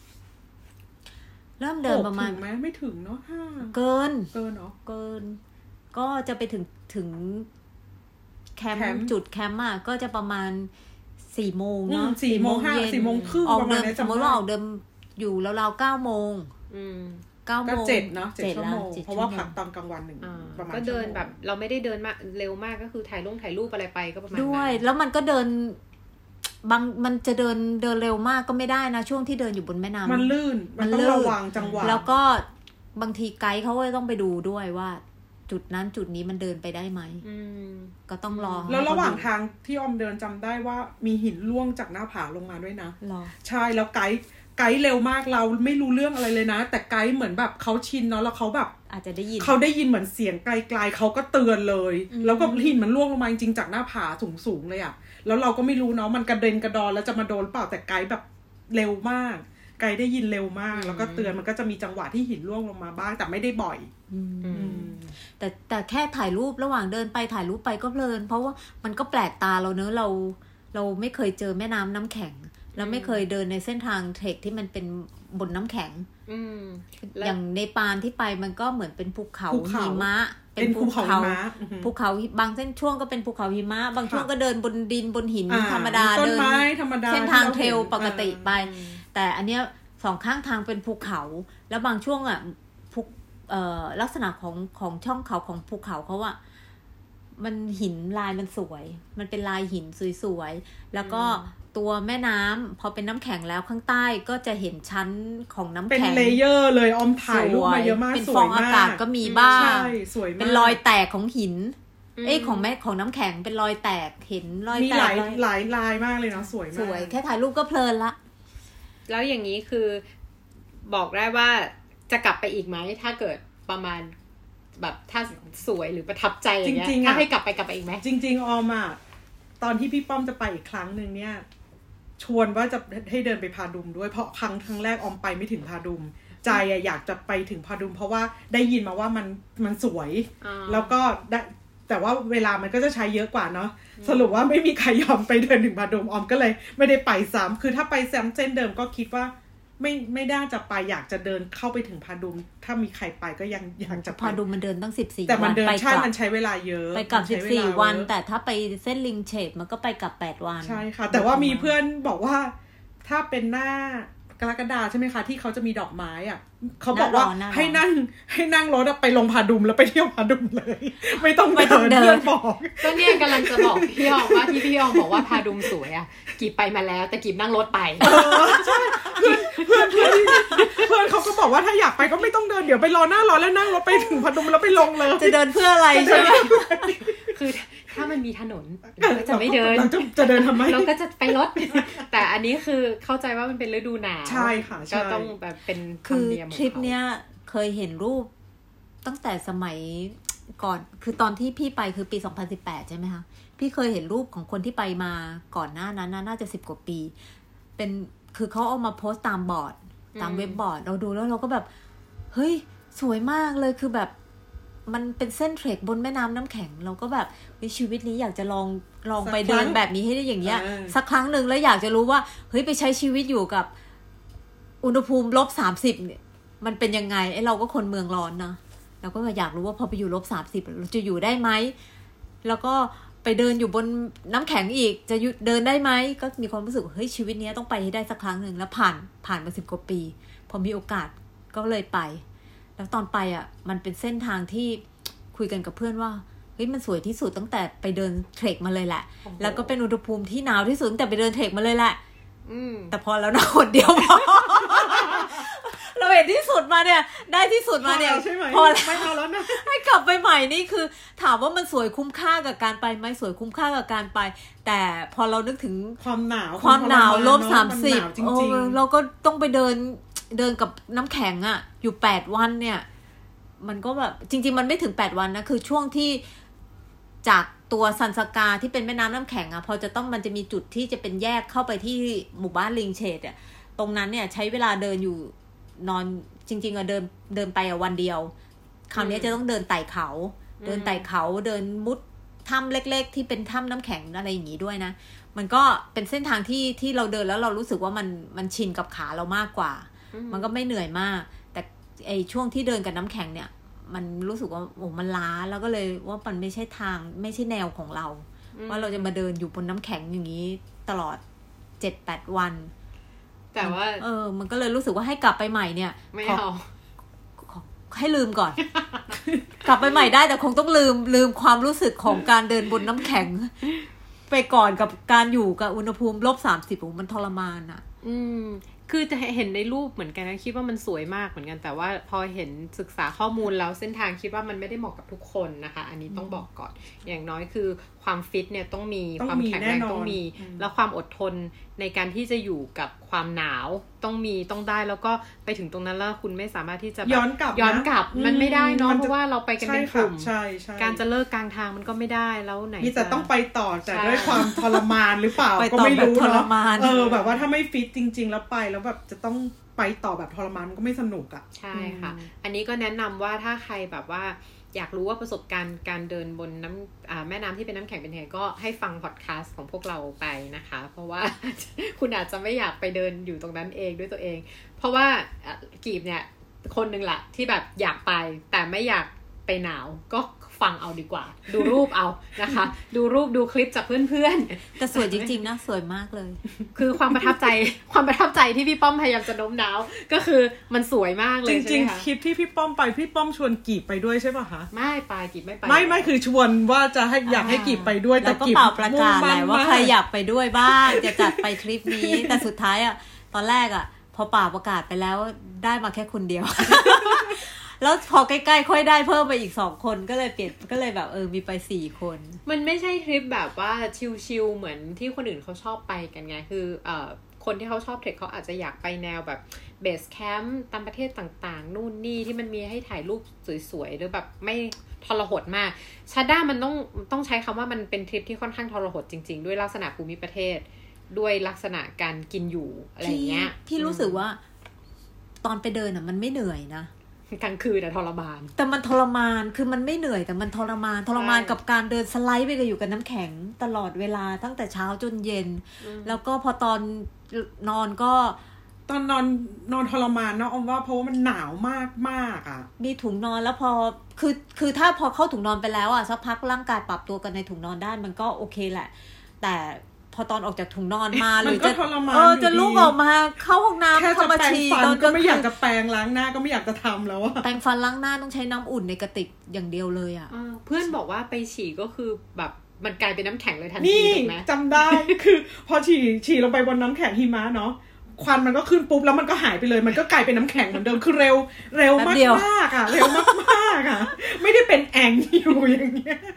เริ่มเดินประมาณไหมไม่ถึงเนาะห้าเกินเกินเนาะเกินก็จะไปถึงถึงแคมป์จุดแคมป์อ่ะก็จะประมาณสี่โมงเนาะสี่โมงห้าสี่โมงครึ่งออกเดิมสมมติว่าออกเดิมอยู่ราวๆเก้าโมงเก้าโมงเจ็ดเนาะเจ็ดชั่วโมงเพราะว่าพักตอนกลางวันหนึ่งประมาณก็เดินแบบเราไม่ได้เดินมาเร็วมากก็คือถ่ายลงถ่ายรูปอะไรไปก็ประมาณด้วยแล้วมันก็เดินบางมันจะเดินเดินเร็วมากก็ไม่ได้นะช่วงที่เดินอยู่บนแม่น้ำมันลื่นมันต้องระวังจังหวะแล้วก็บางทีไกด์เขาก็ต้องไปดูด้วยว่าจุดนั้นจุดนี้มันเดินไปได้ไหมก็ต้องรอแล้วระหว่างทางที่ออมเดินจำได้ว่ามีหินร่วงจากหน้าผาลงมาด้วยนะใช่แล้วไกด์ไกด์เร็วมากเราไม่รู้เรื่องอะไรเลยนะแต่ไกด์เหมือนแบบเขาชินเนาะแล้วเขาแบบอาจจะได้ยินเขาได้ยินเหมือนเสียงไกลๆเขาก็เตือนเลยแล้วก็หินมันร่วงลงมาจริงๆจากหน้าผาสูงๆเลยอ่ะแล้วเราก็ไม่รู้เนาะมันกระเด็นกระดอนแล้วจะมาโดนเปล่าแต่ไกด์แบบเร็วมากไกด์ได้ยินเร็วมากแล้วก็เตือนมันก็จะมีจังหวะที่หินร่วงลงมาบ้างแต่ไม่ได้บ่อยแต่แต่แค่ถ่ายรูประหว่างเดินไปถ่ายรูปไปก็เพลินเพราะว่ามันก็แปลกตาเราเนอะเราเราไม่เคยเจอแม่น้ำน้ำแข็งแล้วไม่เคยเดินในเส้นทางเทรคที่มันเป็นบนน้ำแข็งอย่างในปานที่ไปมันก็เหมือนเป็นภูเขาหิมะเป็นภูเขาภูเขาบางเส้นช่วงก็เป็นภูเขาหิมะบางช่วงก็เดินบนดินบนหินธรรมดาเดินเส้นทางเทรลปกติไปแต่อันเนี้ยสองข้างทางเป็นภูเขาแล้วบางช่วงอ่ะภูลักษณะของของช่องเขาของภูเขาเขาอ่ะมันหินลายมันสวยมันเป็นลายหินสวยๆแล้วก็ตัวแม่น้ำพอเป็นน้ำแข็งแล้วข้างใต้ก็จะเห็นชั้นของน้ำแข็งเป็นเลเยอร์เลยออมถ่ายรูปมาเยอะมากเป็นฟองอากาศก็มีบ้างใช่สวยมากเป็นรอยแตกของหินเอ้ยของแม่ของน้ำแข็งเป็นรอยแตกเห็นรอยแตกมีหลายหลายลายมากเลยเนาะสวยมากสวยแค่ถ่ายรูปก็เพลินละแล้วอย่างนี้คือบอกได้ว่าจะกลับไปอีกไหมถ้าเกิดประมาณแบบถ้าสวยหรือประทับใจอย่างเงี้ยถ้าให้กลับไปกลับไปอีกไหมจริงๆออมอ่ะตอนที่พี่ป้อมจะไปอีกครั้งนึงเนี่ยชวนว่าจะให้เดินไปพาดุมด้วยเพราะครั้งครั้งแรกออมไปไม่ถึงพาดุมใจอยากจะไปถึงพาดุมเพราะว่าได้ยินมาว่ามันมันสวยแล้วก็ได้แต่ว่าเวลามันก็จะใช้เยอะกว่าเนาะสรุปว่าไม่มีใครยอมไปเดินถึงพาดุมออมก็เลยไม่ได้ไปซ้ำคือถ้าไปซ้ำเส้นเดิมก็คิดว่าไม่ไม่ได้จะไปอยากจะเดินเข้าไปถึงพาดุมถ้ามีใครไปก็ยังอยากจะพาดุมมันเดินตั้งสิบสี่วันแต่มันเดินใช่มันใช้เวลาเยอะไปกลับสิบสี่วันแต่ถ้าไปเส้นลิงเชดมันก็ไปกลับแปดวันใช่ค่ะแต่ว่ามีเพื่อนบอกว่าถ้าเป็นหน้ากรกฎาใช่ไหมคะที่เขาจะมีดอกไม้อ่ะเขาบอกว่าให้นั่งให้นั่งรถไปลงพาดุมแล้วไปเที่ยวพาดุมเลยไม่ต้องไปเดินบอกก็เนี่ยกำลังจะบอกพี่ออมว่าที่พี่ออมบอกว่าพาดุมสวยอ่ะกีบไปมาแล้วแต่กีบนั่งรถไปใช่เพื่อนเพื่อนเพื่อนเพื่อนเขาก็บอกว่าถ้าอยากไปก็ไม่ต้องเดินเดี๋ยวไปรอหน้ารถแล้วนั่งรถไปถึงพาดุมแล้วไปลงเลยจะเดินเพื่ออะไรใช่ไหมคือถ้ามันมีถนนเราก็จะไม่เดินจะเดินทำไมเราก็จะไปรถแต่อันนี้คือเข้าใจว่ามันเป็นฤดูหนาวใช่ค่ะก็ต้องแบบเป็นธรรมเนียมของเขาคือทริปเนี้ยเคยเห็นรูปตั้งแต่สมัยก่อนคือตอนที่พี่ไปคือปีสองพันสิบแปดใช่ไหมคะพี่เคยเห็นรูปของคนที่ไปมาก่อนหน้านั้นน่าจะสิบกว่าปีเป็นคือเขาเอามาโพสต์ตามบอร์ดตามเว็บบอร์ดเราดูแล้วเราก็แบบเฮ้ยสวยมากเลยคือแบบมันเป็นเส้นเทรคบนแม่น้ำน้ำแข็งเราก็แบบในชีวิตนี้อยากจะลองลองไปเดินแบบนี้ให้ได้อย่างเงี้ยสักครั้งหนึ่งแล้วอยากจะรู้ว่าเฮ้ยไปใช้ชีวิตอยู่กับอุณหภูมิลบสามสิบเนี่ยมันเป็นยังไงไอ้เราก็คนเมืองร้อนนะเราก็อยากรู้ว่าพอไปอยู่ลบสามสิบเราจะอยู่ได้ไหมแล้วก็ไปเดินอยู่บนน้ำแข็งอีกจะเดินได้ไหมก็มีความรู้สึกเฮ้ยชีวิตนี้ต้องไปให้ได้สักครั้งหนึ่งแล้วผ่านผ่านมาสิบกว่าปีพอมีโอกาสก็เลยไปแล้วตอนไปอ่ะมันเป็นเส้นทางที่คุยกันกับเพื่อนว่าเฮ้ยมันสวยที่สุดตั้งแต่ไปเดินเทรคมาเลยแหละแล้วก็เป็นอุณหภูมิที่หนาวที่สุดตั้งแต่ไปเดินเทรคมาเลยแหละแต่พอแล้วนะคนเดียวพอเราเห็นที่สุดมาเนี่ยได้ที่สุดมาเนี่ยพอแล้วไม่เอาแล้วนะให้กลับไปใหม่นี่คือถามว่ามันสวยคุ้มค่ากับการไปไหมสวยคุ้มค่ากับการไปแต่พอเรานึกถึงความหนาวความหนาวลบสามสิบเราก็ต้องไปเดินเดินกับน้ำแข็งอ่ะอยู่แปดวันเนี่ยมันก็แบบจริงๆมันไม่ถึงแปดวันนะคือช่วงที่จากตัวซันสกาที่เป็นแม่น้ำน้ำแข็งอ่ะพอจะต้องมันจะมีจุดที่จะเป็นแยกเข้าไปที่หมู่บ้านลิงเชดอ่ะตรงนั้นเนี่ยใช้เวลาเดินอยู่นอนจริงๆอ่ะเดินเดินไปอ่ะวันเดียวคราวนี้จะต้องเดินไต่เขาเดินไต่เขาเดินมุดถ้ำเล็กๆที่เป็นถ้ำน้ำแข็งอะไรอย่างงี้ด้วยนะมันก็เป็นเส้นทางที่ที่เราเดินแล้วเรารู้สึกว่ามันมันชินกับขาเรามากกว่ามันก็ไม่เหนื่อยมากแต่ไอช่วงที่เดินกับน้ำแข็งเนี่ยมันรู้สึกว่าโอ้มันล้าแล้วก็เลยว่ามันไม่ใช่ทางไม่ใช่แนวของเราว่าเราจะมาเดินอยู่บนน้ำแข็งอย่างนี้ตลอด เจ็ดแปด วันแต่ว่าเออมันก็เลยรู้สึกว่าให้กลับไปใหม่เนี่ยไม่เอาให้ลืมก่อน กลับไปใหม่ได้แต่คงต้องลืมลืมความรู้สึกของการเดินบนน้ำแข็งไปก่อนกับการอยู่กับอุณหภูมิลบสามสิบมันทรมานอ่ะอืมคือจะเห็นในรูปเหมือนกันนะคิดว่ามันสวยมากเหมือนกันแต่ว่าพอเห็นศึกษาข้อมูลแล้วเส้นทางคิดว่ามันไม่ได้เหมาะกับทุกคนนะคะอันนี้ต้องบอกก่อนอย่างน้อยคือความฟิตเนี่ยต้องมีความแข็งแรงต้องมีแล้วความอดทนในการที่จะอยู่กับความหนาวต้องมีต้องได้แล้วก็ไปถึงตรงนั้นแล้วคุณไม่สามารถที่จะย้อนกลับย้อนกลับมันไม่ได้เนาะเพราะว่าเราไปกันเป็นกลุ่มการจะเลิกกลางทางมันก็ไม่ได้แล้วไหนมีแต่ต้องไปต่อแต่ด้วยความทรมานหรือเปล่าก็ไม่รู้เนาะเออแบบว่าถ้าไม่ฟิตจริงๆแล้วไปแล้วแบบจะต้องไปต่อแบบทรมานมันก็ไม่สนุกอ่ะใช่ค่ะอันนี้ก็แนะนำว่าถ้าใครแบบว่าอยากรู้ว่าประสบการณ์การเดินบนน้ำแม่น้ำที่เป็นน้ำแข็งเป็นยังไงก็ให้ฟังพอดแคสต์ของพวกเราไปนะคะเพราะว่าคุณอาจจะไม่อยากไปเดินอยู่ตรงนั้นเองด้วยตัวเองเพราะว่ากีบเนี่ยคนหนึ่งแหละที่แบบอยากไปแต่ไม่อยากไปหนาวก็ฟังเอาดีกว่าดูรูปเอานะคะดูรูปดูคลิปจากเพื่อนๆแต่สวยจริงๆนะสวยมากเลยคือความประทับใจความประทับใจที่พี่ป้อมพยายามจะโน้มน้าวก็คือมันสวยมากเลยจริงๆคลิปที่พี่ป้อมไปพี่ป้อมชวนกีบไปด้วยใช่ป่ะคะไม่ไปกีบไม่ไปไม่ไม่คือชวนว่าจะให้อยากให้กีบไปด้วยแต่กีบเป่าประกาศแหละว่าใครอยากไปด้วยบ้างจะจัดไปทริปนี้แต่สุดท้ายอ่ะตอนแรกอ่ะพอป่าประกาศไปแล้วได้มาแค่คนเดียว แล้วพอใกล้ๆค่อยได้เพิ่มไปอีกสองคนก็เลยเปลี่ยนก็เลยแบบเออมีไปสี่คนมันไม่ใช่ทริปแบบว่าชิลๆเหมือนที่คนอื่นเขาชอบไปกันไงคือเอ่อคนที่เขาชอบเทรคเขาอาจจะอยากไปแนวแบบเบสแคมป์ตามประเทศต่างๆนู่นนี่ที่มันมีให้ถ่ายรูปสวยๆหรือแบบไม่ทรหดมากชาด้ามันต้องต้องใช้คำว่ามันเป็นทริปที่ค่อนข้างทรหดจริงๆด้วยลักษณะภูมิประเทศด้วยลักษณะการกินอยู่อะไรเงี้ยพี่รู้สึกว่าตอนไปเดินอ่ะมันไม่เหนื่อยนะกลางคืนแต่ทรมานแต่มันทรมานคือมันไม่เหนื่อยแต่มันทรมานทรมานกับการเดินสไลด์ไปกับอยู่กับน้ำแข็งตลอดเวลาตั้งแต่เช้าจนเย็นแล้วก็พอตอนนอนก็ตอนนอนนอนทรมานเนาะออมว่าเพราะว่ามันหนาวมากมากอ่ะมีถุงนอนแล้วพอคือคือถ้าพอเข้าถุงนอนไปแล้วอ่ะสักพักร่างกายปรับตัวกันในถุงนอนได้มันก็โอเคแหละแต่พอตอนออกจากถุงนอนมาหรือจะเออจะลุกออกมาเข้าห้องน้ำเข้ามาฉี่ตอนก็ไม่อยากจะแปรงล้างหน้าก็ไม่อยากจะทำแล้วอะแปรงฟันล้างหน้าต้องใช้น้ำอุ่นในกระติกอย่างเดียวเลยอะเพื่อนบอกว่าไปฉี่ก็คือแบบมันกลายเป็นน้ำแข็งเลยทันทีถูกไหมจำได้คือพอฉี่ฉี่ลงไปบนน้ำแข็งหิมะเนาะควันมันก็ขึ้นปุ๊บแล้วมันก็หายไปเลยมันก็กลายเป็นน้ำแข็งเหมือนเดิมคือเร็วเร็วมากมากอะเร็วมากมากอะไม่ได้เป็นแอ่งอยู่อย่างเงี้ย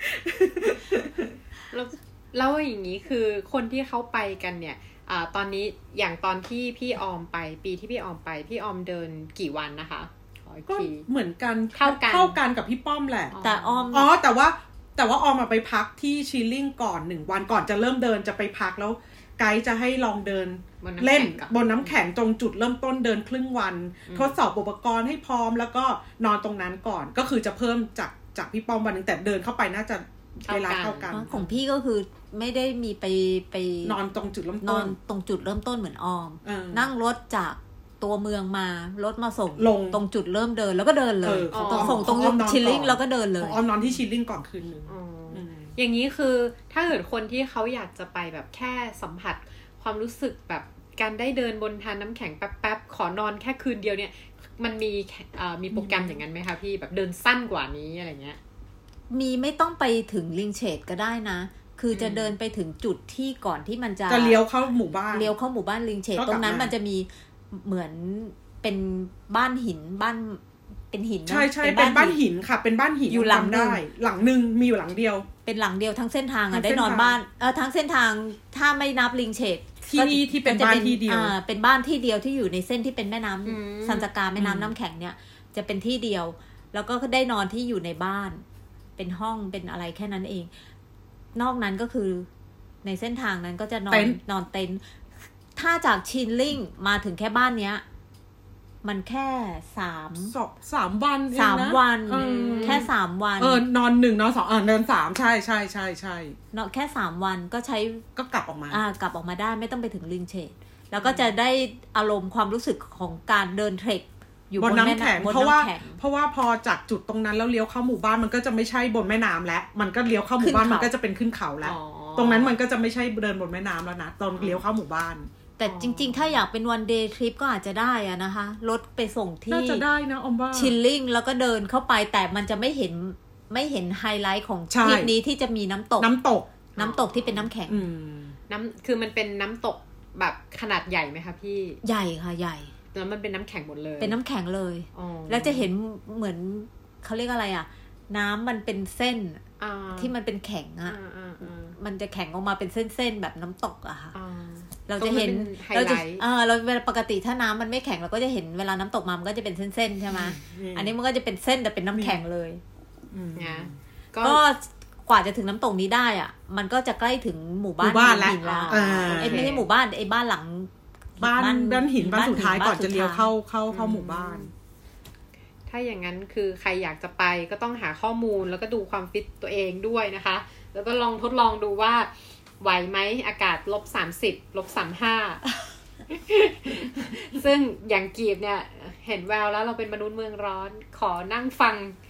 แล้วอย่างนี้คือคนที่เขาไปกันเนี่ยอ่าตอนนี้อย่างตอนที่พี่ออมไปปีที่พี่ออมไปพี่ออมเดินกี่วันนะคะก็เหมือนกันเข้ากันเข้ากันกับพี่ป้อมแหละแต่ออมอ๋อแต่ว่าแต่ว่าออมมาไปพักที่ชิลลิ่งก่อนหนึ่งวันก่อนจะเริ่มเดินจะไปพักแล้วไกด์จะให้ลองเดินเล่นบนน้ำแข็งตรงจุดเริ่มต้นเดินครึ่งวันทดสอบอุปกรณ์ให้พร้อมแล้วก็นอนตรงนั้นก่อนก็คือจะเพิ่มจากจากพี่ป้อมวันนึงแต่เดินเข้าไปน่าจะเวลาเท่ากันของพี่ก็คือไม่ได้มีไปไปนอนตรงจุดเริ่มต้นนตรงจุดเริ่มต้นเหมือนออมนั่งรถจากตัวเมืองมารถมาส่งลงตรงจุดเริ่มเดินแล้วก็เดินเลยส่งตรงชิลลิ่งแล้วก็เดินเลยออมนอนที่ชิลลิ่งก่อนคืนนึงอย่างนี้คือถ้าเกิดคนที่เขาอยากจะไปแบบแค่สัมผัสความรู้สึกแบบการได้เดินบนทานน้ำแข็งแป๊บๆขอนอนแค่คืนเดียวเนี่ยมันมีมีโปรแกรมอย่างนั้นไหมคะพี่แบบเดินสั้นกว่านี้อะไรเงี้ยมีไม่ต้องไปถึงลิงเชดก็ได้นะคือจะเดินไปถึงจุดที่ก่อนที่มันจะจะเลี้ยวเข้าหมู่บ้านเลี้ยวเข้าหมู่บ้านลิงเชดตรงนั้นมันจะมีเหมือนเป็นบ้านหินบ้านเป็นหินใช่ใช่เป็นบ้านหินค่ะเป็นบ้านหินอยู่หลังได้หลังนึงมีอยู่หลังเดียวเป็นหลังเดียวทั้งเส้นทางอ่ะได้นอนบ้านเออทั้งเส้นทางถ้าไม่นับลิงเชดที่นี่ที่เป็นบ้านที่เดียวอ่าเป็นบ้านที่เดียวที่อยู่ในเส้นที่เป็นแม่น้ำซันสกาแม่น้ำน้ำแข็งเนี่ยจะเป็นที่เดียวแล้วก็ได้นอนที่อยู่ในบ้านเป็นห้องเป็นอะไรแค่นั้นเองนอกนั้นก็คือในเส้นทางนั้นก็จะนอนนอนเต็นท์ถ้าจากชิลลิ่งมาถึงแค่บ้านเนี้ยมันแค่สามสองสามวันสามวันแค่สามวันเออนอนหนึ่งนอนสองเออเดินสามใช่ใช่ใช่ใช่นอนแค่สามวันก็ใช้ก็กลับออกมาอ่ากลับออกมาได้ไม่ต้องไปถึงลิงเชดแล้วก็จะได้อารมณ์ความรู้สึกของการเดินเทรคอยู่บนน้ำแข็งเพราะว่าเพราะว่าพอจากจุดตรงนั้นแล้วเลี้ยวเข้าหมู่บ้านมันก็จะไม่ใช่บนแม่น้ำแล้วมันก็เลี้ยวเข้าหมู่บ้านมันก็จะเป็นขึ้นเขาแล้วตรงนั้นมันก็จะไม่ใช่เดินบนแม่น้ำแล้วนะตอนเลี้ยวเข้าหมู่บ้านแต่จริงๆถ้าอยากเป็นวันเดย์ทริปก็อาจจะได้อะนะคะรถไปส่งที่น่าจะได้นะอมว่าชิลลิ่งแล้วก็เดินเข้าไปแต่มันจะไม่เห็นไม่เห็นไฮไลท์ของทริปนี้ที่จะมีน้ำตกน้ำตกน้ำตกที่เป็นน้ำแข็งน้ำคือมันเป็นน้ำตกแบบขนาดใหญ่ไหมคะพี่ใหญ่ค่ะใหญ่แล้วมันเป็นน้ำแข็งหมดเลยเป็นน้ำแข็งเลยแล้วจะเห็นเหมือนเขาเรียกอะไรอ่ะน้ำมันเป็นเส้นที่มันเป็นแข็งอ่ะมันจะแข็งออกมาเป็นเส้นๆแบบน้ำตกอะค่ะเราจะเห็นเราจะเออเราเวลาปกติถ้าน้ำมันไม่แข็งเราก็จะเห็นเวลาน้ำตกมามันก็จะเป็นเส้นๆใช่ไหมอันนี้มันก็จะเป็นเส้นแต่เป็นน้ำแข็งเลยนะก็กว่าจะถึงน้ำตกนี้ได้อ่ะมันก็จะใกล้ถึงหมู่บ้านหินแล้วไอ้ไม่ใช่หมู่บ้านไอ้บ้านหลังบ้านบ้านหินบ้านสุดท้ายก่อนจะเลี้ยวเข้าเข้าเข้าหมู่บ้านถ้าอย่างนั้นคือใครอยากจะไปก็ต้องหาข้อมูลแล้วก็ดูความฟิตตัวเองด้วยนะคะแล้วก็ลองทดลองดูว่าไหวไหมอากาศลบสามสิบลบสามห้าซึ่งอย่างกีบเนี่ยเห็นแววแล้วเราเป็นมนุษย์เมืองร้อนขอนั่งฟัง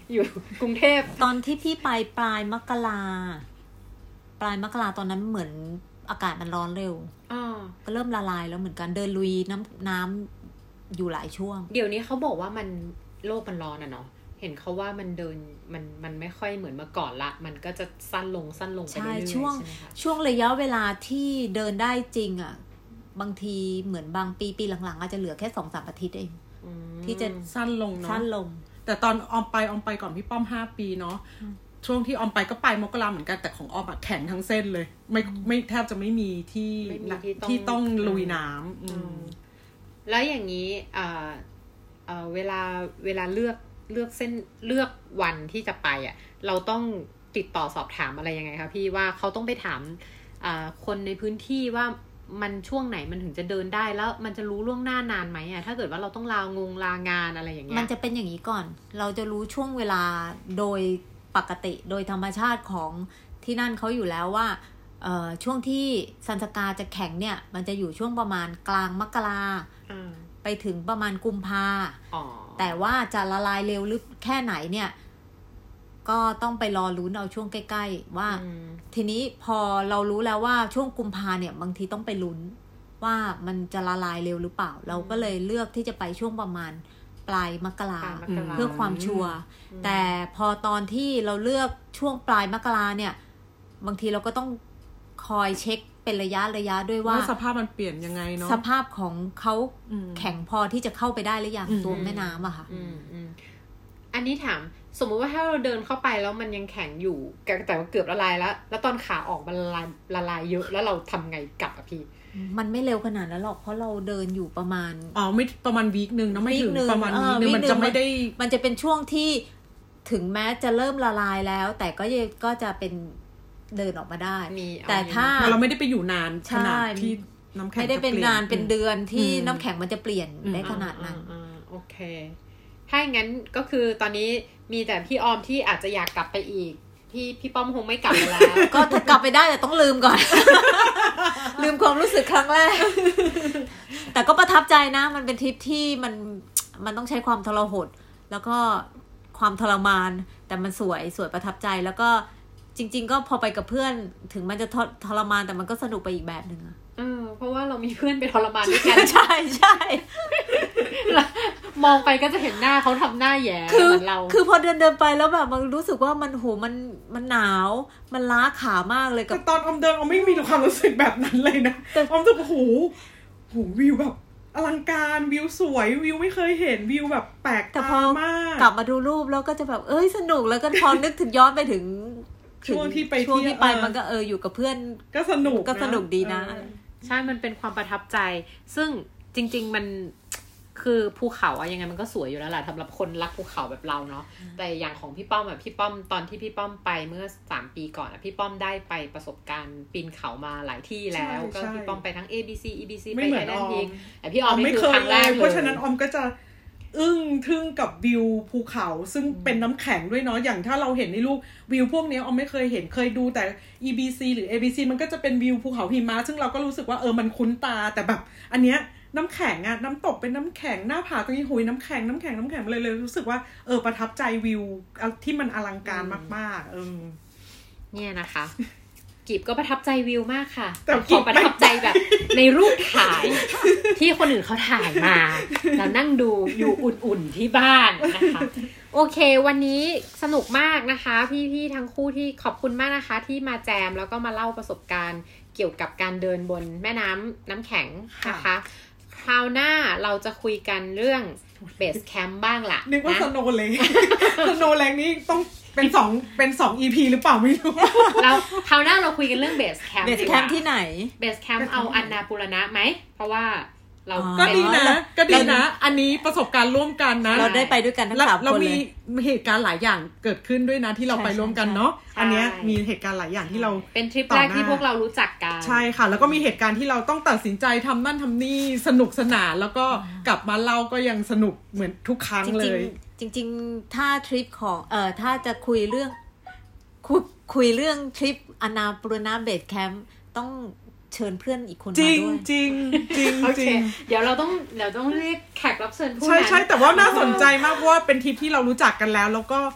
อยู่กรุงเทพตอนที่พี่ไปปลายมกราปลายมกราตอนนั้นเหมือนอากาศมันร้อนเร็วก็เริ่มละลายแล้วเหมือนกันเดินลุยน้ำน้ำอยู่หลายช่วงเดี๋ยวนี้เขาบอกว่ามันโลกมันร้อนอ่ะเนาะเห็นเขาว่ามันเดินมันมันไม่ค่อยเหมือนเมื่อก่อนละมันก็จะสั้นลงสั้นลงไปเรื่อยๆใช่ช่วงช่วงระยะเวลาที่เดินได้จริงอ่ะบางทีเหมือนบางปีปีหลังๆอาจจะเหลือแค่ สองถึงสาม อาทิตย์เองที่จะสั้นลงเนาะสั้นลงแต่ตอนออมไปออมไปก่อนพี่ป้อมห้าปีเนาะช่วงที่ออมไปก็ไปมกราเหมือนกันแต่ของออมแข็งทั้งเส้นเลยไม่ไม่แทบจะไม่มีที่ที่ต้องลุยน้ำแล้วอย่างนี้เอ่อเอ่อเวลาเวลาเลือกเลือกเส้นเลือกวันที่จะไปอ่ะเราต้องติดต่อสอบถามอะไรยังไงคะพี่ว่าเขาต้องไปถามคนในพื้นที่ว่ามันช่วงไหนมันถึงจะเดินได้แล้วมันจะรู้ล่วงหน้านานไหมอ่ะถ้าเกิดว่าเราต้องลางงลางานอะไรอย่างเงี้ยมันจะเป็นอย่างนี้ก่อนเราจะรู้ช่วงเวลาโดยปกติโดยธรรมชาติของที่นั่นเขาอยู่แล้วว่าช่วงที่ซันสกาจะแข็งเนี่ยมันจะอยู่ช่วงประมาณกลางมกราไปถึงประมาณกุมภาแต่ว่าจะละลายเร็วหรือแค่ไหนเนี่ยก็ต้องไปรอลุ้นเอาช่วงใกล้ๆว่าทีนี้พอเรารู้แล้วว่าช่วงกุมภาเนี่ยบางทีต้องไปลุ้นว่ามันจะละลายเร็วหรือเปล่าเราก็เลยเลือกที่จะไปช่วงประมาณปลายมกราเพื่อความชัวร์แต่พอตอนที่เราเลือกช่วงปลายมกราเนี่ยบางทีเราก็ต้องคอยเช็คเป็นระยะระยะด้วยว่าสภาพมันเปลี่ยนยังไงเนาะสภาพของเขาแข็งพอที่จะเข้าไปได้หรือยังตัวแม่น้ำอะค่ะอันนี้ถามสมมุติว่าถ้าเราเดินเข้าไปแล้วมันยังแข็งอยู่แต่ว่าเกือบละลายแล้วแล้วตอนขาออกมันละลายละลายเยอะแล้วเราทำไงกลับอะพี่มันไม่เร็วขนาดนั้นหรอกเพราะเราเดินอยู่ประมาณอ๋อไม่ประมาณวีคนึงนะไม่ถึงประมาณวีคนึงมันจะไม่ได้มันจะเป็นช่วงที่ถึงแม้จะเริ่มละลายแล้วแต่ก็ก็จะเป็นเดินออกมาได้แต่ถ้าเราไม่ได้ไปอยู่นานขนาดที่น้ำแข็งไม่ได้เป็นนานเป็นเดือนที่น้ำแข็งมันจะเปลี่ยนได้ขนาดนั้นโอเคถ้าอย่างนั้นก็คือตอนนี้มีแต่พี่ออมที่อาจจะอยากกลับไปอีกพี่พี่ป้อมคงไม่กลับแล้วก็กลับไปได้แต่ต้องลืมก่อน ลืมความรู้สึกครั้งแรก แต่ก็ประทับใจนะมันเป็นทริปที่มันมันต้องใช้ความทรหดแล้วก็ความทรมานแต่มันสวยสวยประทับใจแล้วก็จริงๆก็พอไปกับเพื่อนถึงมันจะทรมานแต่มันก็สนุกไปอีกแบบนึงอะเออเพราะว่าเรามีเพื่อนไปทรมานด้วยกันใช่ใช่มองไปก็จะเห็นหน้าเขาทำหน้าแย่เหมือนเราคือพอเดินเดินไปแล้วแบบมันรู้สึกว่ามันโหมันมันหนาวมันล้าขามากเลยกับตอนอมเดินอมไม่มีความรู้สึกแบบนั้นเลยนะอมรู้สึกโอ้โหโหวิวแบบอลังการวิวสวยวิวไม่เคยเห็นวิวแบบแปลกตามากกลับมาดูรูปแล้วก็จะแบบเอ้ยสนุกแล้วก็พอนึกถึงย้อนไปถึงช่วงที่ไปช่วงที่ไปมันก็เอออยู่กับเพื่อนก็สนุกก็สนุกดีนะใช่มันเป็นความประทับใจซึ่งจริงๆมันคือภูเขาอะยังไงมันก็สวยอยู่แล้วแหละสำหรับคนรักภูเขาแบบเราเนาะแต่อย่างของพี่ป้อมอะพี่ป้อมตอนที่พี่ป้อมไปเมื่อสามปีก่อนอะพี่ป้อมได้ไปประสบการณ์ปีนเขามาหลายที่แล้วก็พี่ป้อมไปทั้ง เอ บี ซี อี บี ซี ไปไทยแลนด์พิงแต่พี่ออมไม่เคยครั้งแรกเลยเพราะฉะนั้นออมก็จะอึ้งทึ่งกับวิวภูเขาซึ่งเป็นน้ำแข็งด้วยเนาะอย่างถ้าเราเห็นในรูปวิวพวกนี้ออมไม่เคยเห็นเคยดูแต่ อี บี ซี หรือ เอ บี ซี มันก็จะเป็นวิวภูเขาหิมะซึ่งเราก็รู้สึกว่าเออมันคุ้นตาแต่แบบอันเนี้ยน้ำแข็งอะน้ำตกเป็นน้ำแข็งหน้าผาตรงนี้หุยน้ำแข็งน้ำแข็งน้ำแข็งเลยเลยรู้สึกว่าเออประทับใจวิวที่มันอลังการมากๆเออเนี่ยนะคะกีบก็ประทับใจวิวมากค่ะแต่ขอประทับใจแบบในรูปถ่ายที่คนอื่นเขาถ่ายมาแล้วนั่งดูอยู่อุ่นๆที่บ้านนะคะโอเควันนี้สนุกมากนะคะพี่ๆทั้งคู่ที่ขอบคุณมากนะคะที่มาแจมแล้วก็มาเล่าประสบการณ์เกี่ยวกับการเดินบนแม่น้ำน้ำแข็งนะคะคราวหน้าเราจะคุยกันเรื่องเบสแคมป์บ้างล่ะนึกว่าสโนว์เลงสโนว์เลงนี่ต้องเป็นสองเป็นสอง อี พี หรือเปล่าไม่รู้แล้วคราวหน้าเราคุยกันเรื่องเบสแคมป์เบสแคมป์ที่ไหนเบสแคมป์เอาอันนาปุรณะไหมเพราะว่าเราก็ดีนะก็ดีนะอันนี้ประสบการณ์ร่วมกันนะเราได้ไปด้วยกันทั้งสามคนเลยเรามีเหตุการณ์หลายอย่างเกิดขึ้นด้วยนะที่เราไปร่วมกันเนาะอันนี้มีเหตุการณ์หลายอย่างที่เราเป็นทริปแรกที่พวกเรารู้จักกันใช่ค่ะแล้วก็มีเหตุการณ์ที่เราต้องตัดสินใจทำนั่นทำนี่สนุกสนานแล้วก็กลับมาเล่าก็ยังสนุกเหมือนทุกครั้งเลยจริงๆถ้าทริปของเอ่อถ้าจะคุยเรื่องคุยคุยเรื่องทริปอนาปุรณะเบสแคมป์ต้องเชิญเพื่อนอีกคนมาด้วยจริงจริงจริงจริงเดี๋ยวเราต้องเดี๋ยวต้องเรียกแขกรับเชิญผู้นั้นใช่ใช่แต่ว่าน่าสนใจมากเพราะว่าเป็นทริปที่เรารู้จักกันแล้วแล้วก็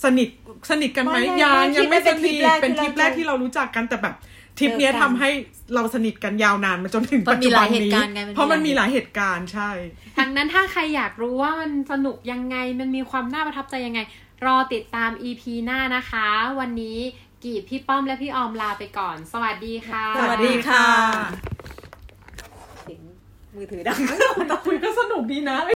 สนิทสนิทกันไหมยังยังไม่สนิทเป็นทริปแรกที่เรารู้จักกันแต่แบบทริปนี้ทำให้เราสนิทกันยาวนานมาจนถึงปัจจุบันนี้เพราะมันมีหลายเหตุการณ์ใช่ทั้งนั้นถ้าใครอยากรู้ว่ามันสนุกยังไงมันมีความน่าประทับใจยังไงรอติดตาม อี พี หน้านะคะวันนี้กีบพี่ป้อมและพี่ออมลาไปก่อนสวัสดีค่ะสวัสดีค่ะมือถือดังคุยก็สนุกดีนะ